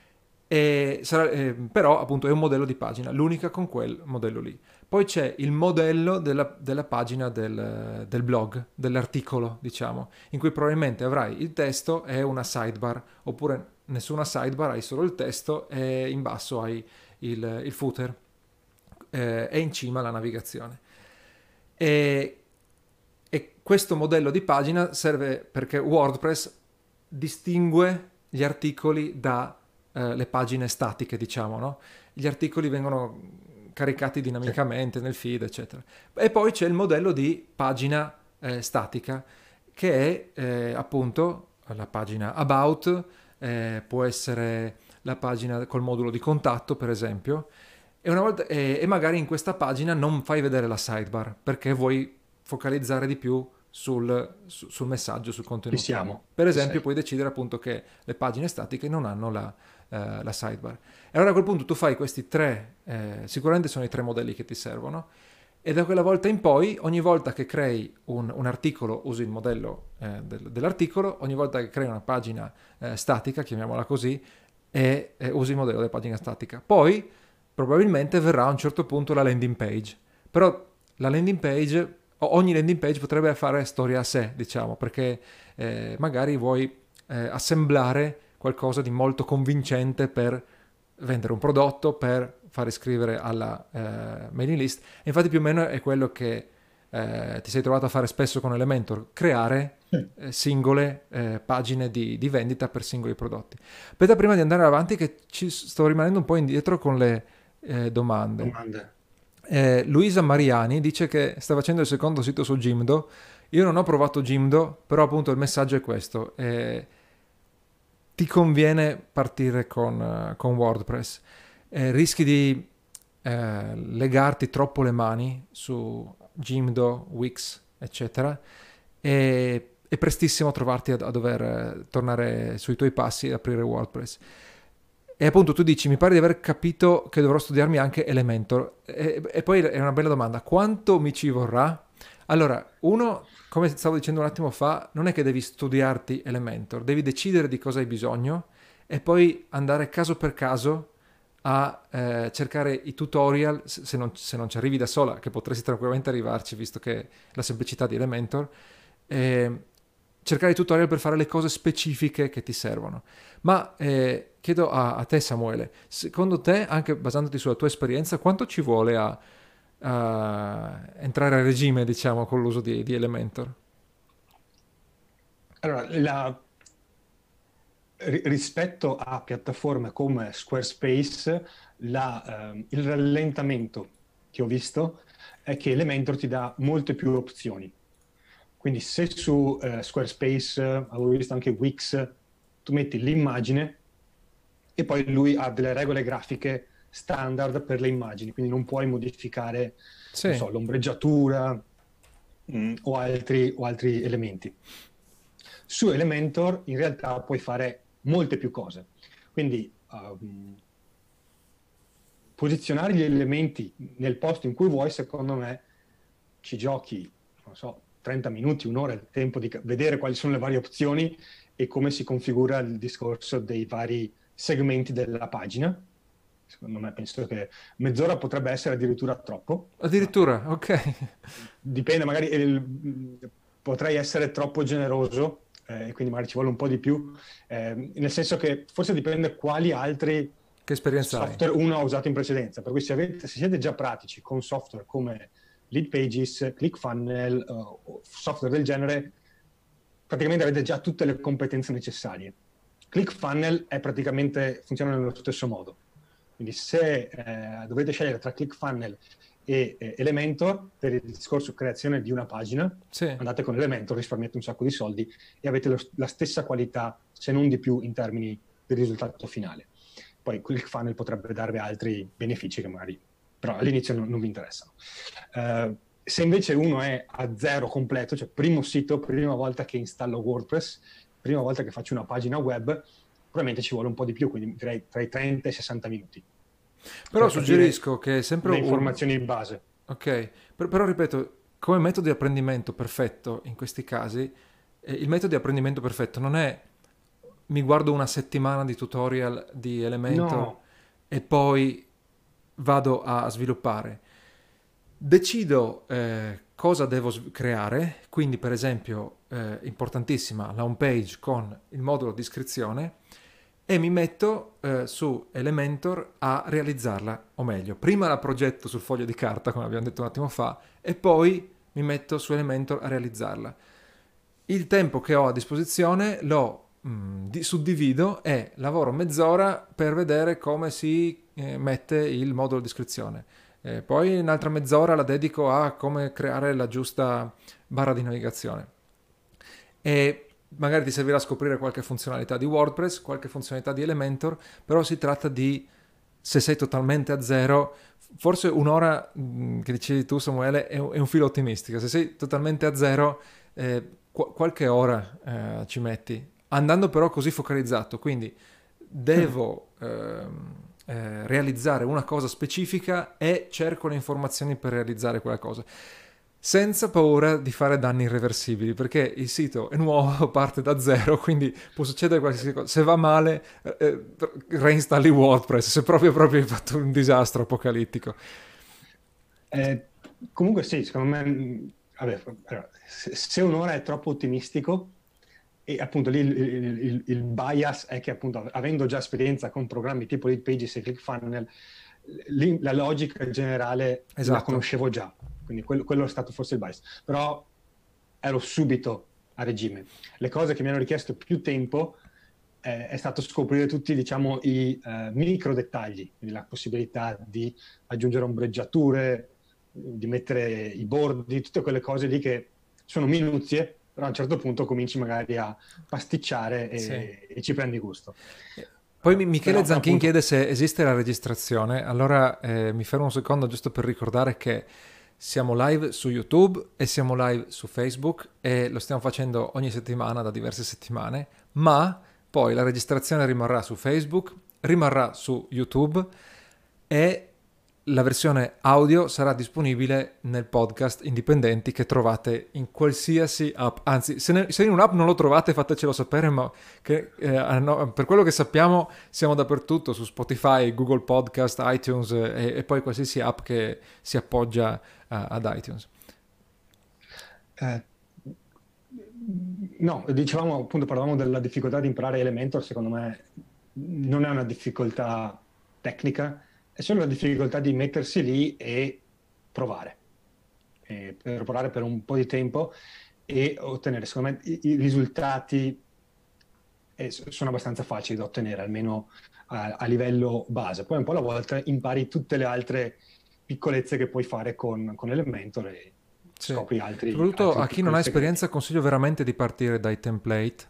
e sarà, eh, però appunto è un modello di pagina, l'unica con quel modello lì. Poi c'è il modello della, della pagina del, del blog, dell'articolo, diciamo, in cui probabilmente avrai il testo e una sidebar, oppure nessuna sidebar, hai solo il testo e in basso hai il, il footer eh, e in cima la navigazione. E, e questo modello di pagina serve perché WordPress distingue gli articoli da eh, le pagine statiche, diciamo, no? Gli articoli vengono caricati dinamicamente nel feed, eccetera. E poi c'è il modello di pagina eh, statica, che è eh, appunto la pagina about, eh, può essere la pagina col modulo di contatto, per esempio, e, una volta, e, e magari in questa pagina non fai vedere la sidebar, perché vuoi focalizzare di più sul, su, sul messaggio, sul contenuto. Ci siamo. Per esempio, puoi decidere appunto che le pagine statiche non hanno la, eh, la sidebar. E allora a quel punto tu fai questi tre, eh, sicuramente sono i tre modelli che ti servono, e da quella volta in poi, ogni volta che crei un, un articolo, usi il modello eh, del, dell'articolo, ogni volta che crei una pagina eh, statica, chiamiamola così, e eh, usi il modello della pagina statica. Poi probabilmente verrà a un certo punto la landing page, però la landing page, ogni landing page potrebbe fare storia a sé, diciamo, perché eh, magari vuoi eh, assemblare qualcosa di molto convincente per vendere un prodotto, per far iscrivere alla eh, mailing list. E infatti più o meno è quello che eh, ti sei trovato a fare spesso con Elementor, creare eh, singole eh, pagine di, di vendita per singoli prodotti. Aspetta, prima di andare avanti, che ci sto rimanendo un po' indietro con le eh, domande. Domande. Eh, Luisa Mariani dice che sta facendo il secondo sito su Jimdo. Io non ho provato Jimdo, però appunto il messaggio è questo. Eh, ti conviene partire con, uh, con WordPress. Eh, rischi di eh, legarti troppo le mani su Jimdo, Wix, eccetera, e è prestissimo trovarti a, a dover eh, tornare sui tuoi passi e aprire WordPress. E appunto tu dici, mi pare di aver capito che dovrò studiarmi anche Elementor. E, e poi è una bella domanda, quanto mi ci vorrà? Allora, uno, come stavo dicendo un attimo fa, non è che devi studiarti Elementor, devi decidere di cosa hai bisogno e poi andare caso per caso a eh, cercare i tutorial, se non, se non ci arrivi da sola, che potresti tranquillamente arrivarci, visto che la semplicità di Elementor, eh, cercare i tutorial per fare le cose specifiche che ti servono. Ma eh, chiedo a, a te, Samuele, secondo te, anche basandoti sulla tua esperienza, quanto ci vuole a, a entrare a regime, diciamo, con l'uso di, di Elementor? Allora, la... rispetto a piattaforme come Squarespace, la, eh, il rallentamento che ho visto è che Elementor ti dà molte più opzioni. Quindi se su eh, Squarespace, eh, avevo visto anche Wix, tu metti l'immagine e poi lui ha delle regole grafiche standard per le immagini, quindi non puoi modificare, sì, non so, l'ombreggiatura mh, o, altri, o altri elementi. Su Elementor in realtà puoi fare molte più cose, quindi um, posizionare gli elementi nel posto in cui vuoi, secondo me ci giochi, non so, trenta minuti, un'ora, il tempo di vedere quali sono le varie opzioni e come si configura il discorso dei vari segmenti della pagina. Secondo me penso che mezz'ora potrebbe essere addirittura troppo. Addirittura, ok. Dipende, magari il, potrei essere troppo generoso, e eh, quindi magari ci vuole un po' di più, eh, nel senso che forse dipende quali altri che esperienza software hai? uno ha usato in precedenza. Per cui se, avete, se siete già pratici con software come Leadpages, ClickFunnels, uh, software del genere, praticamente avete già tutte le competenze necessarie. ClickFunnels è praticamente, funziona nello stesso modo. Quindi se eh, dovete scegliere tra ClickFunnels e eh, Elementor per il discorso creazione di una pagina, sì, andate con Elementor, risparmiate un sacco di soldi e avete lo, la stessa qualità, se non di più, in termini di risultato finale. Poi ClickFunnels potrebbe darvi altri benefici che magari, però all'inizio non, non vi interessano. Uh, se invece uno è a zero completo, cioè primo sito, prima volta che installo WordPress, prima volta che faccio una pagina web, probabilmente ci vuole un po' di più, quindi direi tra i trenta e i sessanta minuti. Però per suggerisco che è sempre le un... informazioni in base. Ok, per- però ripeto, come metodo di apprendimento perfetto in questi casi, eh, il metodo di apprendimento perfetto non è mi guardo una settimana di tutorial di Elementor No, e poi vado a sviluppare. Decido eh, cosa devo s- creare, quindi per esempio, eh, importantissima, la home page con il modulo di iscrizione e mi metto eh, su Elementor a realizzarla, o meglio, prima la progetto sul foglio di carta, come abbiamo detto un attimo fa, e poi mi metto su Elementor a realizzarla. Il tempo che ho a disposizione lo mh, di- suddivido e lavoro mezz'ora per vedere come si eh, mette il modulo di iscrizione. Eh, poi un'altra mezz'ora la dedico a come creare la giusta barra di navigazione. E magari ti servirà a scoprire qualche funzionalità di WordPress, qualche funzionalità di Elementor, però si tratta di, se sei totalmente a zero, forse un'ora mh, che dicevi tu Samuele è un, è un filo ottimistica, se sei totalmente a zero eh, qu- qualche ora eh, ci metti, andando però così focalizzato, quindi devo ehm, eh, realizzare una cosa specifica e cerco le informazioni per realizzare quella cosa senza paura di fare danni irreversibili, perché il sito è nuovo, parte da zero, quindi può succedere qualsiasi cosa. Se va male, eh, eh, reinstalli WordPress, se proprio, proprio hai fatto un disastro apocalittico. eh, comunque sì, secondo me, mh, vabbè, allora, se, se un'ora è troppo ottimistico, e appunto lì il, il- il- il bias è che appunto avendo già esperienza con programmi tipo Lead Pages e ClickFunnels, lì la logica generale la Esatto. conoscevo già, quindi quello, quello è stato forse il bias, però ero subito a regime. Le cose che mi hanno richiesto più tempo eh, è stato scoprire tutti, diciamo, i eh, micro dettagli, quindi la possibilità di aggiungere ombreggiature, di mettere i bordi, tutte quelle cose lì che sono minuzie, però a un certo punto cominci magari a pasticciare Sì. e, e ci prendi gusto. Poi mi- Michele Però, però Zanchin appunto, chiede se esiste la registrazione, allora eh, mi fermo un secondo giusto per ricordare che siamo live su YouTube e siamo live su Facebook e lo stiamo facendo ogni settimana da diverse settimane, ma poi la registrazione rimarrà su Facebook, rimarrà su YouTube e la versione audio sarà disponibile nel podcast indipendenti che trovate in qualsiasi app. Anzi, se, ne- se in un'app non lo trovate fatecelo sapere, ma che, eh, ah, no, per quello che sappiamo siamo dappertutto, su Spotify, Google Podcast, iTunes eh, e, e poi qualsiasi app che si appoggia a- ad iTunes. eh, no, dicevamo appunto, parlavamo della difficoltà di imparare Elementor, secondo me non è una difficoltà tecnica, è solo una difficoltà di mettersi lì e provare, e per provare per un po' di tempo e ottenere, secondo me, i, i risultati eh, sono abbastanza facili da ottenere, almeno a, a livello base. Poi un po' alla volta impari tutte le altre piccolezze che puoi fare con, con Elementor e Sì. scopri altri, Soprattutto altri a chi non piccoli ha segreti. esperienza consiglio veramente di partire dai template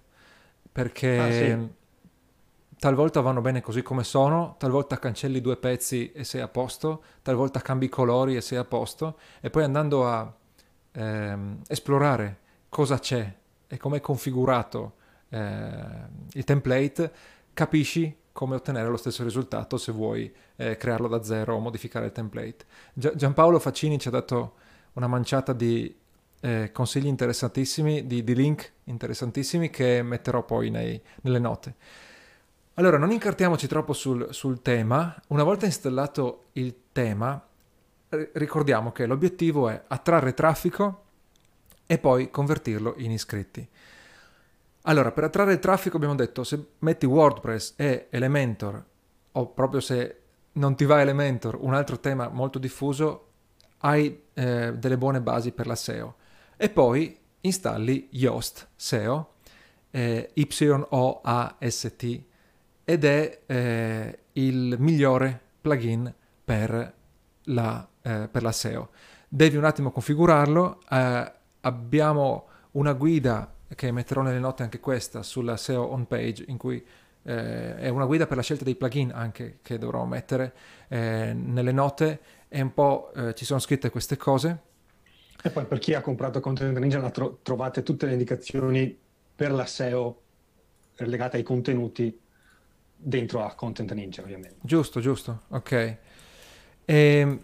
Ah sì, perché talvolta vanno bene così come sono, talvolta cancelli due pezzi e sei a posto, talvolta cambi i colori e sei a posto, e poi andando a ehm, esplorare cosa c'è e come è configurato eh, il template, capisci come ottenere lo stesso risultato se vuoi eh, crearlo da zero o modificare il template. Gia- Giampaolo Faccini ci ha dato una manciata di eh, consigli interessantissimi, di, di link interessantissimi che metterò poi nei- nelle note. Allora, non incartiamoci troppo sul, sul tema. Una volta installato il tema, ri- ricordiamo che l'obiettivo è attrarre traffico e poi convertirlo in iscritti. Allora, per attrarre il traffico abbiamo detto, se metti WordPress e Elementor, o proprio se non ti va Elementor, un altro tema molto diffuso, hai eh, delle buone basi per la S E O. E poi installi Yoast S E O, eh, Y O A S T, ed è eh, il migliore plugin per la, eh, per la S E O. Devi un attimo configurarlo, eh, abbiamo una guida che metterò nelle note anche questa sulla S E O on page in cui eh, è una guida per la scelta dei plugin anche che dovrò mettere eh, nelle note e un po' eh, ci sono scritte queste cose. e poi per chi ha comprato Content Ninja la tro- trovate tutte le indicazioni per la S E O legate ai contenuti dentro a Content Ninja, ovviamente. Giusto, giusto, ok. E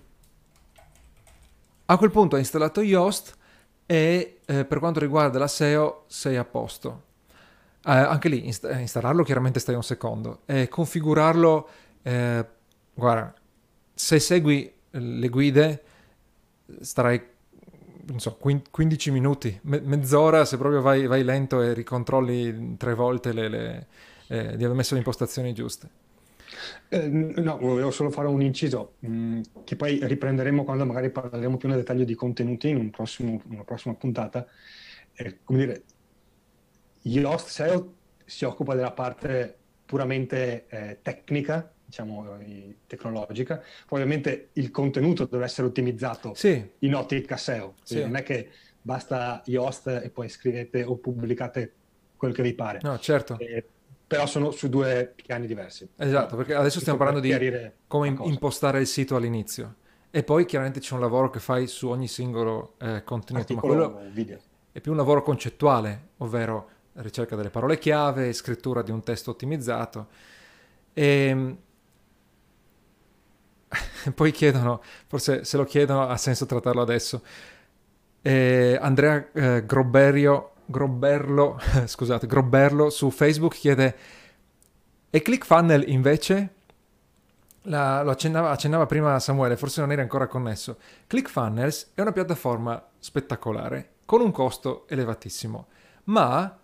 a quel punto hai installato Yoast e eh, per quanto riguarda la S E O sei a posto. Eh, anche lì inst- installarlo chiaramente stai un secondo e configurarlo, eh, guarda, se segui le guide starai, non so, quin- quindici minuti, me- mezz'ora se proprio vai, vai lento e ricontrolli tre volte le, le- eh, di aver messo le impostazioni giuste. Eh, no, volevo solo fare un inciso, mh, che poi riprenderemo quando magari parleremo più nel dettaglio di contenuti in un prossimo- una prossima puntata. Eh, come dire, Yoast S E O si occupa della parte puramente eh, tecnica, diciamo eh, tecnologica. Poi ovviamente il contenuto deve essere ottimizzato Sì, in ottica S E O, sì. quindi non è che basta Yoast e poi scrivete o pubblicate quel che vi pare. No, certo. Eh, però sono su due piani diversi. Esatto, No, perché adesso stiamo per parlando di chiarire come la im- cosa. impostare il sito all'inizio. E poi chiaramente c'è un lavoro che fai su ogni singolo eh, contenuto, ma Articolo quello o video. è più un lavoro concettuale, ovvero ricerca delle parole chiave, scrittura di un testo ottimizzato. E poi chiedono, forse se lo chiedono ha senso trattarlo adesso. Eh, Andrea eh, Grobberio, Grobberlo, scusate, Grobberlo su Facebook chiede: e ClickFunnels invece? La- lo accennava, accennava prima Samuele, forse non era ancora connesso. ClickFunnels è una piattaforma spettacolare, con un costo elevatissimo, ma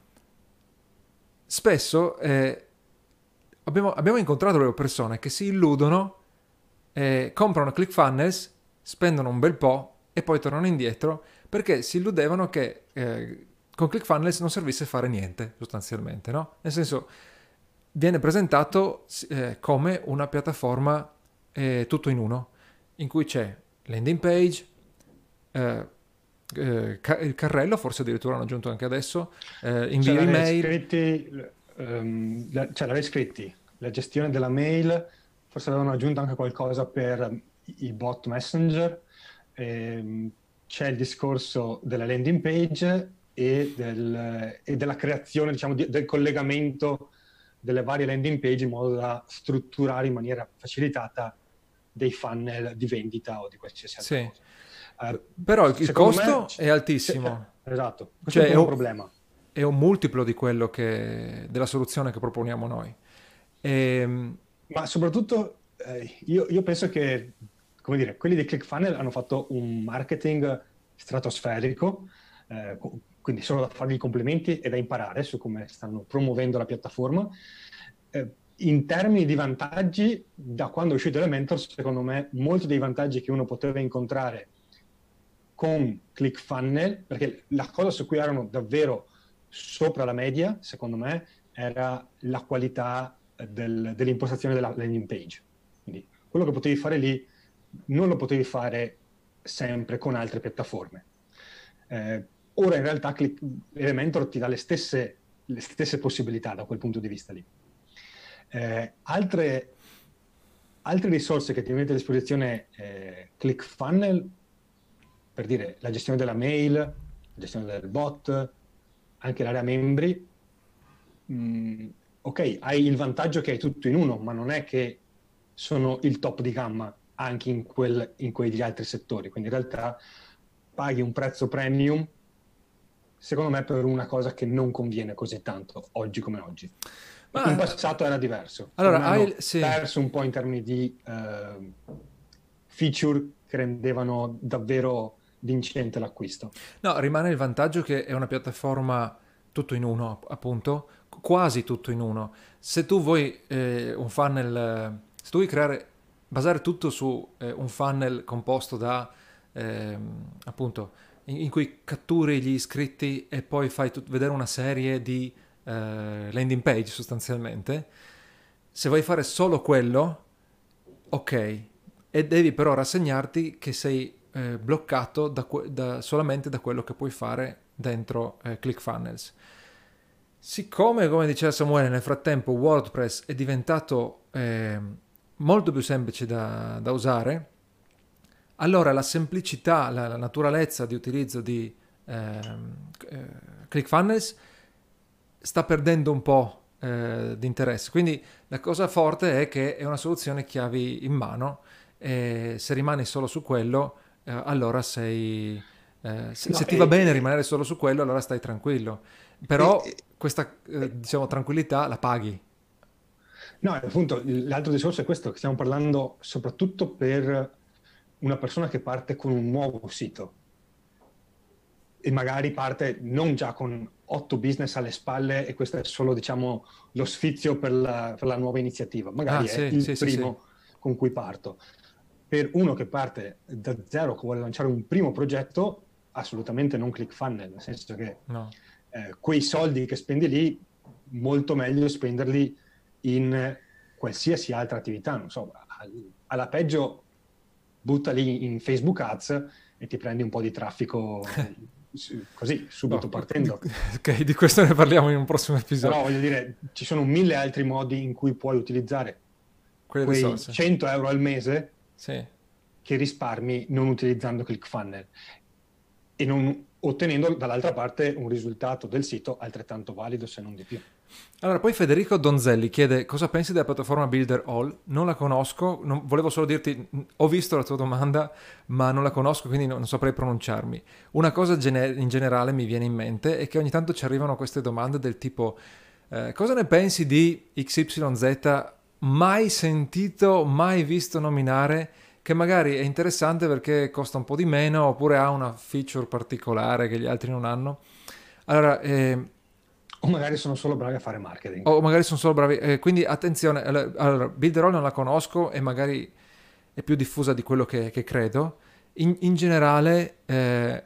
spesso eh, abbiamo, abbiamo incontrato le persone che si illudono, eh, comprano ClickFunnels, spendono un bel po' e poi tornano indietro perché si illudevano che eh, con ClickFunnels non servisse fare niente, sostanzialmente, no? Nel senso, viene presentato eh, come una piattaforma eh, tutto in uno, in cui c'è landing page, eh, eh, ca- il carrello, forse addirittura hanno aggiunto anche adesso, eh, C'è invio l'area email. iscritti, ehm, la, cioè l'area iscritti, la gestione della mail, forse avevano aggiunto anche qualcosa per i bot messenger, ehm, c'è il discorso della landing page e, del, e della creazione, diciamo, di- del collegamento delle varie landing page in modo da strutturare in maniera facilitata dei funnel di vendita o di qualsiasi altra Sì. cosa. Eh, Però il, il secondo costo me, è altissimo. c'è- esatto, questo Cioè, è è il primo un, problema. è un multiplo di quello che, della soluzione che proponiamo noi. Ehm, Ma soprattutto eh, io, io penso che, come dire, quelli di ClickFunnels hanno fatto un marketing stratosferico, eh, co- quindi solo da fargli i complimenti e da imparare su come stanno promuovendo la piattaforma. Eh, in termini di vantaggi, da quando è uscito Elementor, secondo me, molti dei vantaggi che uno poteva incontrare con ClickFunnels, perché la cosa su cui erano davvero sopra la media, secondo me, era la qualità del, dell'impostazione della landing page. Quindi quello che potevi fare lì non lo potevi fare sempre con altre piattaforme. Eh, ora in realtà Click, Elementor ti dà le stesse, le stesse possibilità da quel punto di vista lì. Eh, altre, altre risorse che ti mette a disposizione eh, ClickFunnels, per dire la gestione della mail, la gestione del bot, anche l'area membri, mh, ok, hai il vantaggio che hai tutto in uno, ma non è che sono il top di gamma anche in, quel, in quegli altri settori, quindi in realtà paghi un prezzo premium, secondo me, per una cosa che non conviene così tanto oggi come oggi. Ma in passato era diverso. allora, Secondo me hai hanno il- sì. perso un po' in termini di eh, feature che rendevano davvero vincente l'acquisto. No, rimane il vantaggio che è una piattaforma tutto in uno, appunto, quasi tutto in uno. Se tu vuoi eh, un funnel, eh, se tu vuoi creare, basare tutto su eh, un funnel composto da, ehm, appunto, in, in cui catturi gli iscritti e poi fai tut- vedere una serie di eh, landing page sostanzialmente, se vuoi fare solo quello, ok, e devi però rassegnarti che sei eh, bloccato da que- da- solamente da quello che puoi fare dentro eh, ClickFunnels. Siccome, come diceva Samuele, nel frattempo WordPress è diventato eh, molto più semplice da, da usare, allora la semplicità, la, la naturalezza di utilizzo di ehm, eh, ClickFunnels sta perdendo un po' eh, di interesse. Quindi la cosa forte è che è una soluzione chiavi in mano, e se rimani solo su quello, eh, allora sei... eh, se, No, se ti va e, bene e, rimanere solo su quello, allora stai tranquillo. e, Però e- questa, eh, diciamo, tranquillità la paghi. no, appunto, l'altro discorso è questo, che stiamo parlando soprattutto per una persona che parte con un nuovo sito e magari parte non già con otto business alle spalle e questo è solo, diciamo, lo sfizio per la, per la nuova iniziativa. Ah, Magari è sì, il sì, sì, sì. primo con cui parto. Per uno che parte da zero, che vuole lanciare un primo progetto, assolutamente non ClickFunnels, nel senso che No. eh, quei soldi che spendi lì, molto meglio spenderli in qualsiasi altra attività, non so, alla peggio buttali in Facebook Ads e ti prendi un po' di traffico così, subito Oh, di, partendo. ok, di questo ne parliamo in un prossimo episodio. Però voglio dire, ci sono mille altri modi in cui puoi utilizzare Quelle quei risorse. cento euro al mese Sì. che risparmi non utilizzando ClickFunnels e non ottenendo dall'altra parte un risultato del sito altrettanto valido, se non di più. Allora, poi Federico Donzelli chiede cosa pensi della piattaforma Builder All. Non la conosco, non- volevo solo dirti, ho visto la tua domanda, ma non la conosco, quindi non, non saprei pronunciarmi. Una cosa gene- in generale mi viene in mente è che ogni tanto ci arrivano queste domande del tipo eh, cosa ne pensi di X Y Z mai sentito, mai visto nominare, che magari è interessante perché costa un po' di meno oppure ha una feature particolare che gli altri non hanno. Allora, eh, O magari sono solo bravi a fare marketing. o magari sono solo bravi, eh, quindi attenzione, allora, allora, Builderall non la conosco e magari è più diffusa di quello che, che credo. In, in generale, eh,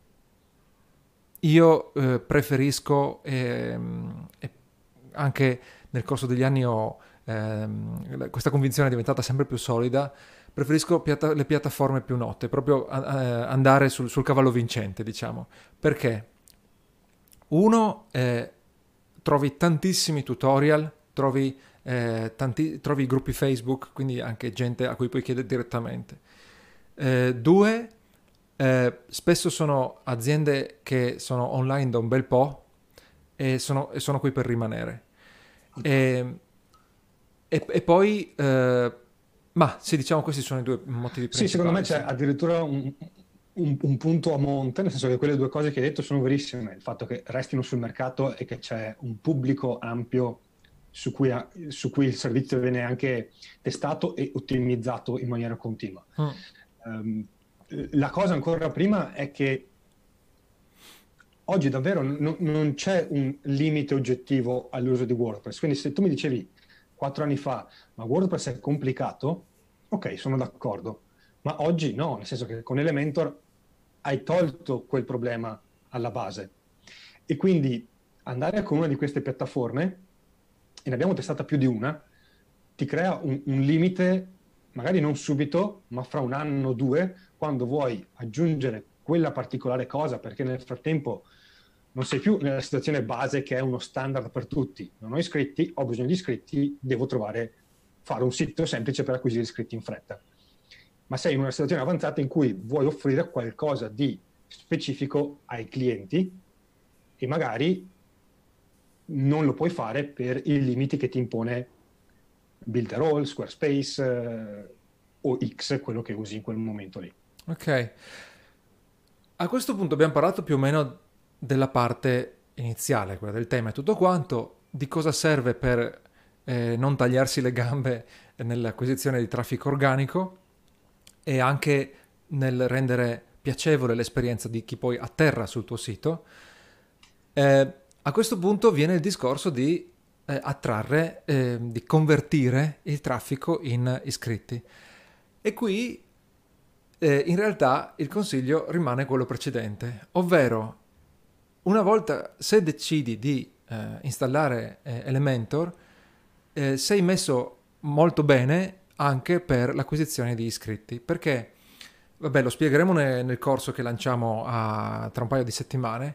io eh, preferisco, ehm, e anche nel corso degli anni ho, ehm, questa convinzione è diventata sempre più solida, preferisco piatta- le piattaforme più note, proprio a- a- andare sul, sul cavallo vincente, diciamo. Perché? Uno, eh, trovi tantissimi tutorial, trovi, eh, tanti, trovi gruppi Facebook, quindi anche gente a cui puoi chiedere direttamente. Eh, due, eh, spesso sono aziende che sono online da un bel po' e sono, e sono qui per rimanere. E, e- e poi, eh, ma sì, diciamo questi sono i due motivi Sì, secondo me principali. c'è Sì. addirittura un, un- un punto a monte, nel senso che quelle due cose che hai detto sono verissime, il fatto che restino sul mercato e che c'è un pubblico ampio su cui, ha- su cui il servizio viene anche testato e ottimizzato in maniera continua. Mm. Ehm, la cosa ancora prima è che oggi davvero non, non c'è un limite oggettivo all'uso di WordPress, quindi se tu mi dicevi quattro anni fa, ma WordPress è complicato, ok, sono d'accordo, ma oggi no, nel senso che con Elementor hai tolto quel problema alla base e quindi andare con una di queste piattaforme, e ne abbiamo testata più di una, ti crea un, un limite, magari non subito, ma fra un anno o due, quando vuoi aggiungere quella particolare cosa, perché nel frattempo non sei più nella situazione base che è uno standard per tutti. Non ho iscritti, ho bisogno di iscritti, devo trovare, fare un sito semplice per acquisire iscritti in fretta. Ma sei in una situazione avanzata in cui vuoi offrire qualcosa di specifico ai clienti e magari non lo puoi fare per i limiti che ti impone Builderall, Squarespace eh, o X, quello che usi in quel momento lì. Ok. A questo punto abbiamo parlato più o meno della parte iniziale, quella del tema e tutto quanto, di cosa serve per eh, non tagliarsi le gambe nell'acquisizione di traffico organico e anche nel rendere piacevole l'esperienza di chi poi atterra sul tuo sito. Eh, a questo punto viene il discorso di eh, attrarre, eh, di convertire il traffico in iscritti. E qui eh, in realtà il consiglio rimane quello precedente, ovvero una volta se decidi di eh, installare eh, Elementor, eh, sei messo molto bene anche per l'acquisizione di iscritti, perché, vabbè, lo spiegheremo ne- nel corso che lanciamo a- tra un paio di settimane.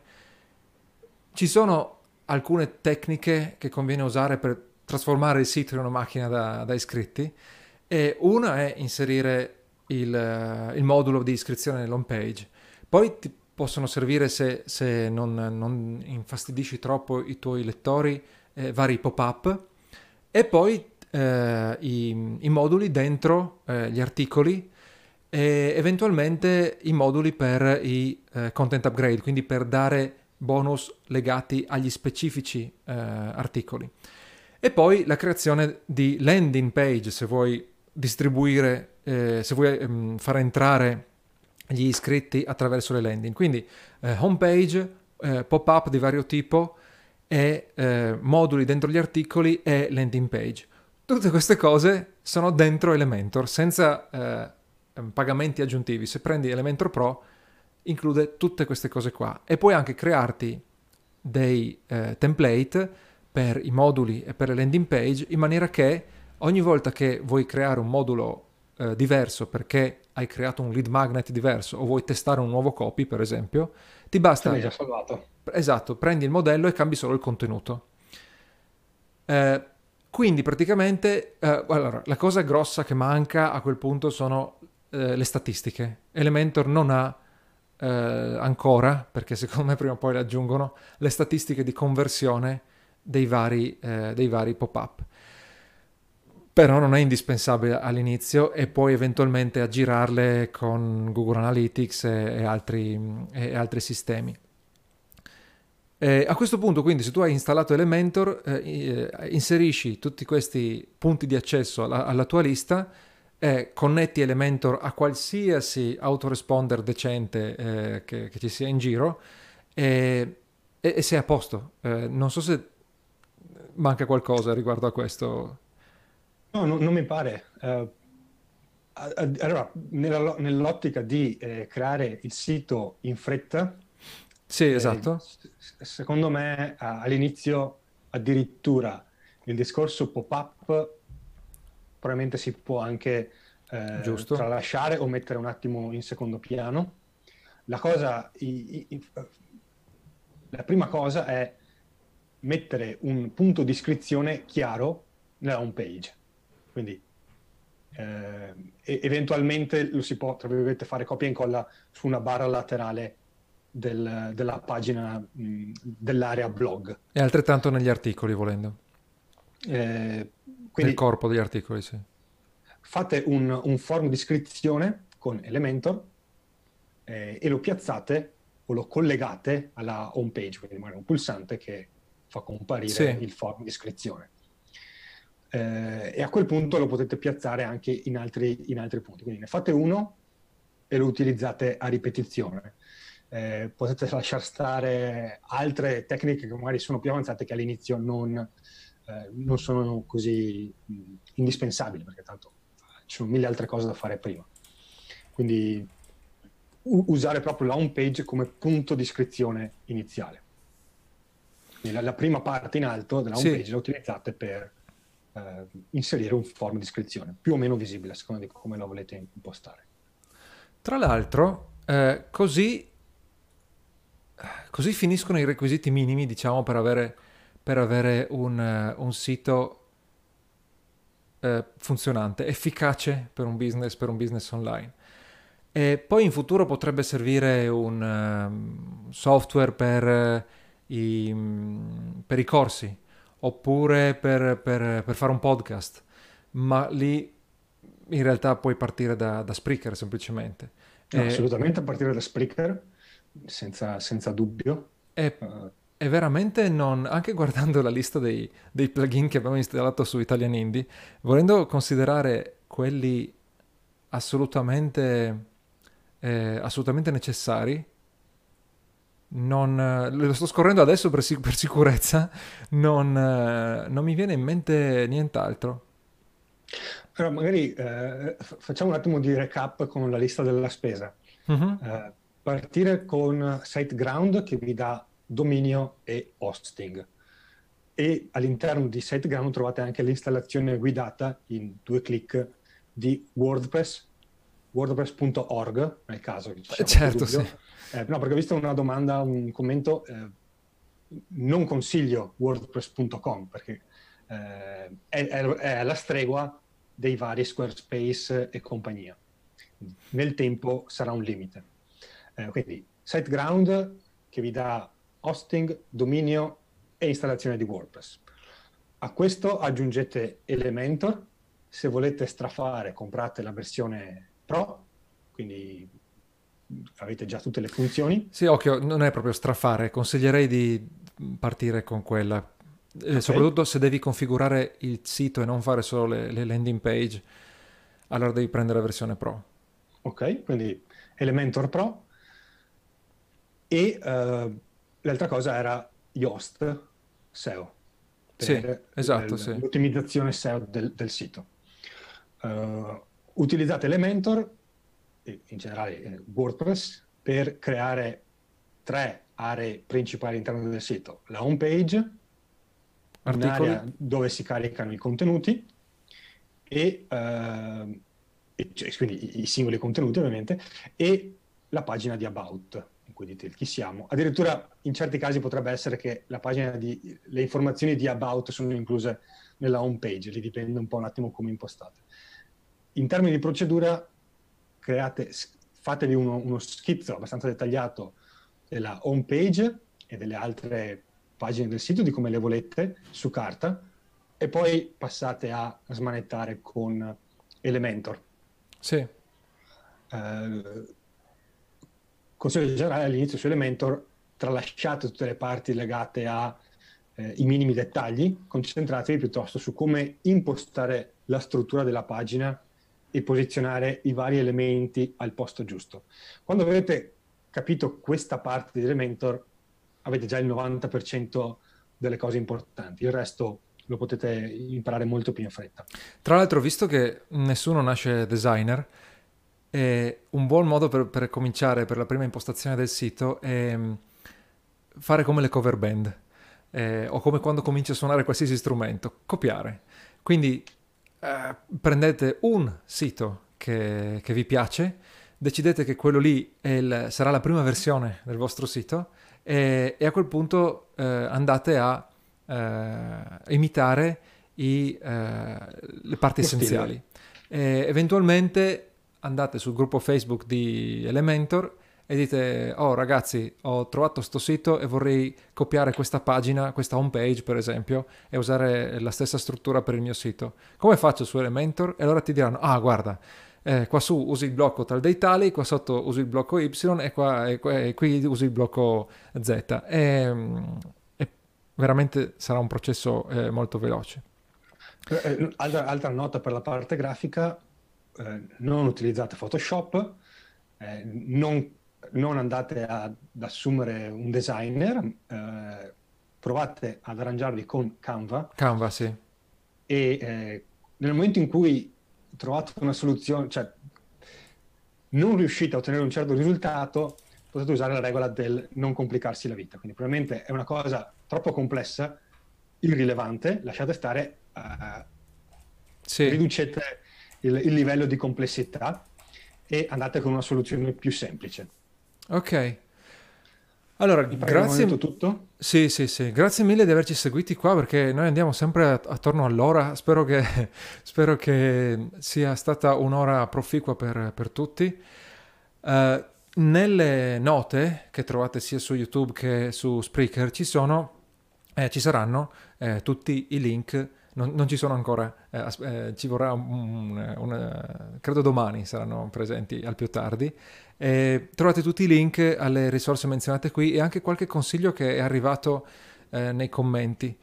Ci sono alcune tecniche che conviene usare per trasformare il sito in una macchina da, da iscritti, e una è inserire il, eh, il modulo di iscrizione nell'home page. Poi ti possono servire se, se non, non infastidisci troppo i tuoi lettori eh, vari pop-up, e poi eh, i, i moduli dentro eh, gli articoli, e eventualmente i moduli per i eh, content upgrade, quindi per dare bonus legati agli specifici eh, articoli. E poi la creazione di landing page, se vuoi distribuire, eh, se vuoi ehm, far entrare gli iscritti attraverso le landing. Quindi eh, homepage, eh, pop-up di vario tipo, e eh, moduli dentro gli articoli e landing page. Tutte queste cose sono dentro Elementor, senza eh, pagamenti aggiuntivi. Se prendi Elementor Pro, include tutte queste cose qua. E puoi anche crearti dei eh, template per i moduli e per le landing page, in maniera che ogni volta che vuoi creare un modulo eh, diverso perché hai creato un lead magnet diverso o vuoi testare un nuovo copy, per esempio, ti basta... L'hai già salvato. Esatto, prendi il modello e cambi solo il contenuto. Eh, quindi praticamente eh, allora, la cosa grossa che manca a quel punto sono eh, le statistiche. Elementor non ha eh, ancora, perché secondo me prima o poi le aggiungono, le statistiche di conversione dei vari, eh, dei vari pop-up. Però non è indispensabile all'inizio, e puoi eventualmente aggirarle con Google Analytics e, e, altri, e altri sistemi. Eh, a questo punto, quindi, se tu hai installato Elementor, eh, inserisci tutti questi punti di accesso alla, alla tua lista, eh, connetti Elementor a qualsiasi autoresponder decente eh, che, che ci sia in giro, e, e, e sei a posto. Eh, non so se manca qualcosa riguardo a questo. No, no, non mi pare. Eh, allora, nella- nell'ottica di eh, creare il sito in fretta, Sì, eh, esatto. s- secondo me a- all'inizio addirittura il discorso pop-up probabilmente si può anche eh, Giusto. tralasciare o mettere un attimo in secondo piano. La cosa, i- i- la prima cosa è mettere un punto di iscrizione chiaro nella home page. Quindi eh, e- eventualmente lo si può, tra virgolette, fare copia e incolla su una barra laterale del- della pagina mh, dell'area blog. E altrettanto negli articoli, volendo. Eh, Nel quindi corpo degli articoli, sì. fate un, un form di iscrizione con Elementor eh, e lo piazzate o lo collegate alla home page, quindi magari un pulsante che fa comparire Sì. il form di iscrizione. Eh, e a quel punto lo potete piazzare anche in altri, in altri punti. Quindi ne fate uno e lo utilizzate a ripetizione. Eh, potete lasciare stare altre tecniche che magari sono più avanzate, che all'inizio non, eh, non sono così mh, indispensabili, perché tanto ci sono mille altre cose da fare prima. Quindi u- usare proprio la home page come punto di iscrizione iniziale. Quindi la, la prima parte in alto della home Sì. page la utilizzate per eh, inserire un form di iscrizione, più o meno visibile, a seconda di come lo volete impostare. Tra l'altro, eh, così, così finiscono i requisiti minimi, diciamo, per avere, per avere un, eh, un sito eh, funzionante, efficace per un business, per un business online. E poi in futuro potrebbe servire un ehm, software per, eh, i, mm, per i corsi, oppure per, per- per fare un podcast, ma lì in realtà puoi partire da, da Spreaker semplicemente. No, E, assolutamente a partire da Spreaker, senza, senza dubbio. e- Uh, e veramente non, anche guardando la lista dei, dei plugin che abbiamo installato su Italian Indie, volendo considerare quelli assolutamente, eh, assolutamente necessari, non, eh, lo sto scorrendo adesso per, sic- per sicurezza, non, eh, non mi viene in mente nient'altro. Però magari eh, f- facciamo un attimo di recap con la lista della spesa. Mhm. Eh, partire con SiteGround, che vi dà dominio e hosting. E all'interno di SiteGround trovate anche l'installazione guidata in due clic di WordPress, wordpress punto org, nel caso che ci sia qualche Certo, dubbio. sì. Eh, no, perché ho visto una domanda, un commento, eh, non consiglio wordpress punto com, perché eh, è, è, è alla stregua dei vari Squarespace e compagnia. Nel tempo sarà un limite. Eh, quindi SiteGround, che vi dà hosting, dominio e installazione di WordPress. a questo aggiungete Elementor. Se volete strafare, comprate la versione Pro, quindi avete già tutte le funzioni. Sì, occhio, non è proprio strafare, consiglierei di partire con quella, eh, Okay. soprattutto se devi configurare il sito e non fare solo le, le landing page, allora devi prendere la versione Pro. Ok, quindi Elementor Pro. E eh, l'altra cosa era Yoast S E O, Sì, per esatto, l- sì. l'ottimizzazione S E O del, del sito. Eh, utilizzate Elementor, e in generale eh, WordPress, per creare tre aree principali all'interno del sito: la home page, Articoli? un'area dove si caricano i contenuti e, eh, e cioè, quindi i, i singoli contenuti ovviamente, e la pagina di About, in cui dite il chi siamo. Addirittura in certi casi potrebbe essere che la pagina di, le informazioni di About sono incluse nella home page, lì dipende un po' un attimo come impostate. In termini di procedura, create, fatevi uno, uno schizzo abbastanza dettagliato della home page e delle altre pagine del sito, di come le volete, su carta, e poi passate a smanettare con Elementor. Sì, Eh, consiglio generale all'inizio su Elementor: tralasciate tutte le parti legate ai eh, minimi dettagli, concentratevi piuttosto su come impostare la struttura della pagina e posizionare i vari elementi al posto giusto. Quando avete capito questa parte di Elementor, avete già il novanta per cento delle cose importanti, il resto lo potete imparare molto più in fretta. tra l'altro, visto che nessuno nasce designer, è un buon modo per, per cominciare, per la prima impostazione del sito, è mm, fare come le cover band, eh, o come quando cominci a suonare qualsiasi strumento, copiare. Quindi eh, prendete un sito che, che vi piace, decidete che quello lì è il- sarà la prima versione del vostro sito, e, e a quel punto eh, andate a eh, imitare i, eh, le parti Lo stile. essenziali. E eventualmente andate sul gruppo Facebook di Elementor e dite: oh ragazzi, ho trovato sto sito e vorrei copiare questa pagina, questa home page per esempio, e usare la stessa struttura per il mio sito. Come faccio su Elementor? E allora ti diranno: ah guarda, eh, qua su usi il blocco tal dei tali, qua sotto usi il blocco Y e, qua, e, qua- e qui usi il blocco Z. E, mm, e veramente sarà un processo eh, molto veloce. Eh, altra, altra nota per la parte grafica: eh, non utilizzate Photoshop, eh, non, non andate a- ad assumere un designer, eh, provate ad arrangiarvi con Canva, Canva, sì. e eh, nel momento in cui trovate una soluzione, cioè non riuscite a ottenere un certo risultato, potete usare la regola del non complicarsi la vita. Quindi probabilmente è una cosa troppo complessa, irrilevante, lasciate stare, eh, Sì, riducete il, il livello di complessità e andate con una soluzione più semplice. ok. Allora, Mi pare che abbiamo grazie. detto tutto. Sì, sì, sì, grazie mille di averci seguiti qua, perché noi andiamo sempre at- attorno all'ora. Spero che, spero che sia stata un'ora proficua per, per tutti. Eh, nelle note che trovate sia su YouTube che su Spreaker ci sono, eh, ci saranno eh, tutti i link. Non, non ci sono ancora, eh, as- eh, ci vorrà un, un- un- credo domani saranno presenti al più tardi. Eh, trovate tutti i link alle risorse menzionate qui e anche qualche consiglio che è arrivato eh, nei commenti.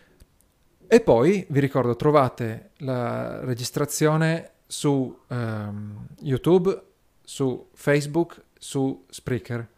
E poi vi ricordo, trovate la registrazione su ehm, YouTube, su Facebook, su Spreaker.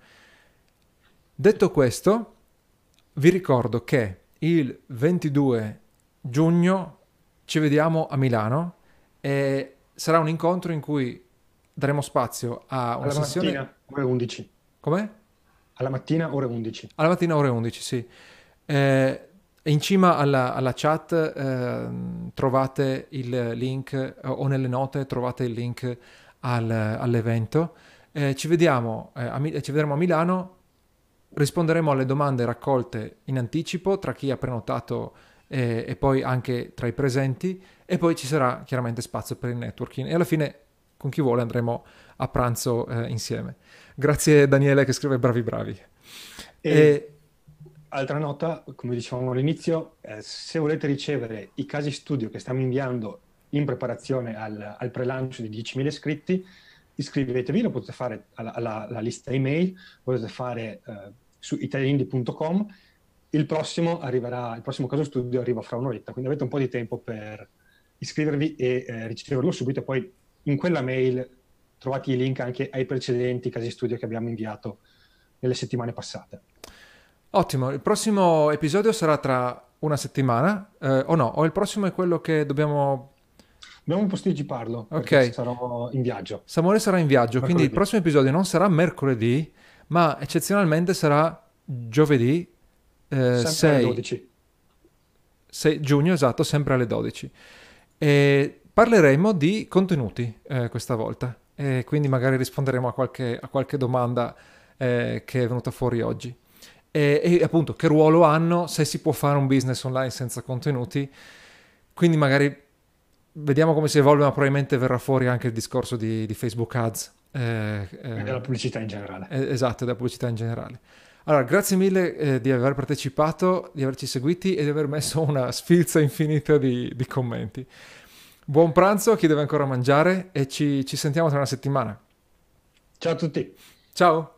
Detto questo, vi ricordo che il ventidue giugno ci vediamo a Milano e sarà un incontro in cui daremo spazio a una Alla sessione. mattina, ore undici. Com'è? Alla mattina, ore undici. Alla mattina ore undici, sì. Eh, in cima alla, alla chat eh, trovate il link, eh, o nelle note trovate il link al- all'evento. Eh, ci vediamo, eh, a, Mi- ci vedremo a Milano. Risponderemo alle domande raccolte in anticipo tra chi ha prenotato eh, e poi anche tra i presenti, e poi ci sarà chiaramente spazio per il networking e alla fine con chi vuole andremo a pranzo eh, insieme. Grazie Daniele che scrive bravi bravi. E E altra nota, come dicevamo all'inizio, eh, se volete ricevere i casi studio che stiamo inviando in preparazione al, al pre-lancio di diecimila iscritti, iscrivetevi, lo potete fare alla, alla, alla lista email, potete fare eh, su italiaindie punto com. Il prossimo arriverà, il prossimo caso studio arriva fra un'oretta, quindi avete un po' di tempo per iscrivervi e eh, riceverlo subito. Poi in quella mail trovate i link anche ai precedenti casi studio che abbiamo inviato nelle settimane passate. Ottimo, il prossimo episodio sarà tra una settimana, eh, o no? O il prossimo è quello che dobbiamo... Dobbiamo posticiparlo, Ok. perché sarò in viaggio. Samuele sarà in viaggio, Mercoledì. quindi il prossimo episodio non sarà mercoledì, ma eccezionalmente sarà giovedì eh, Sempre alle dodici. sei giugno, esatto, sempre alle dodici. E parleremo di contenuti eh, questa volta, e quindi magari risponderemo a qualche, a qualche domanda eh, che è venuta fuori oggi. E, e appunto che ruolo hanno, se si può fare un business online senza contenuti, quindi magari vediamo come si evolve, ma probabilmente verrà fuori anche il discorso di, di Facebook Ads. Eh, eh, E della pubblicità in generale. eh, esatto, della pubblicità in generale. Allora, grazie mille eh, di aver partecipato, di averci seguiti e di aver messo una sfilza infinita di, di commenti. Buon pranzo a chi deve ancora mangiare e ci, ci sentiamo tra una settimana. Ciao a tutti. Ciao!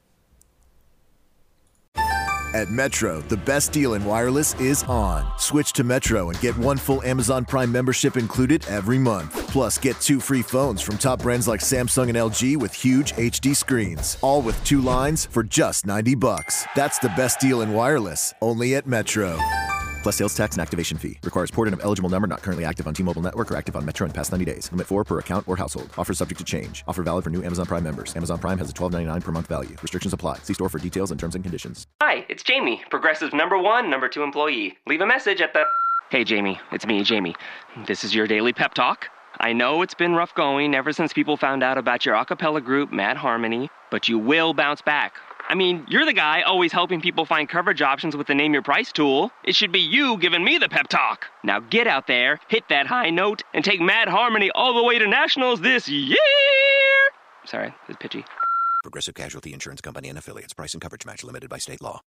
At Metro, the best deal in wireless is on. Switch to Metro and get one full Amazon Prime membership included every month. Plus, get two free phones from top brands like Samsung and L G with huge H D screens, all with two lines for just ninety bucks. That's the best deal in wireless, only at Metro. Plus sales tax and activation fee. Requires port in of eligible number not currently active on T-Mobile network or active on Metro in past ninety days. Limit four per account or household. Offer subject to change. Offer valid for new Amazon Prime members. Amazon Prime has a twelve ninety-nine per month value. Restrictions apply. See store for details and terms and conditions. Hi, it's Jamie, Progressive number one, number two employee. Leave a message at the... Hey, Jamie, it's me, Jamie. This is your daily pep talk. I know it's been rough going ever since people found out about your a cappella group, Mad Harmony, but you will bounce back. I mean, you're the guy always helping people find coverage options with the Name Your Price tool. It should be you giving me the pep talk. Now get out there, hit that high note, and take Mad Harmony all the way to nationals this year! Sorry, it's pitchy. Progressive Casualty Insurance Company and Affiliates. Price and coverage match limited by state law.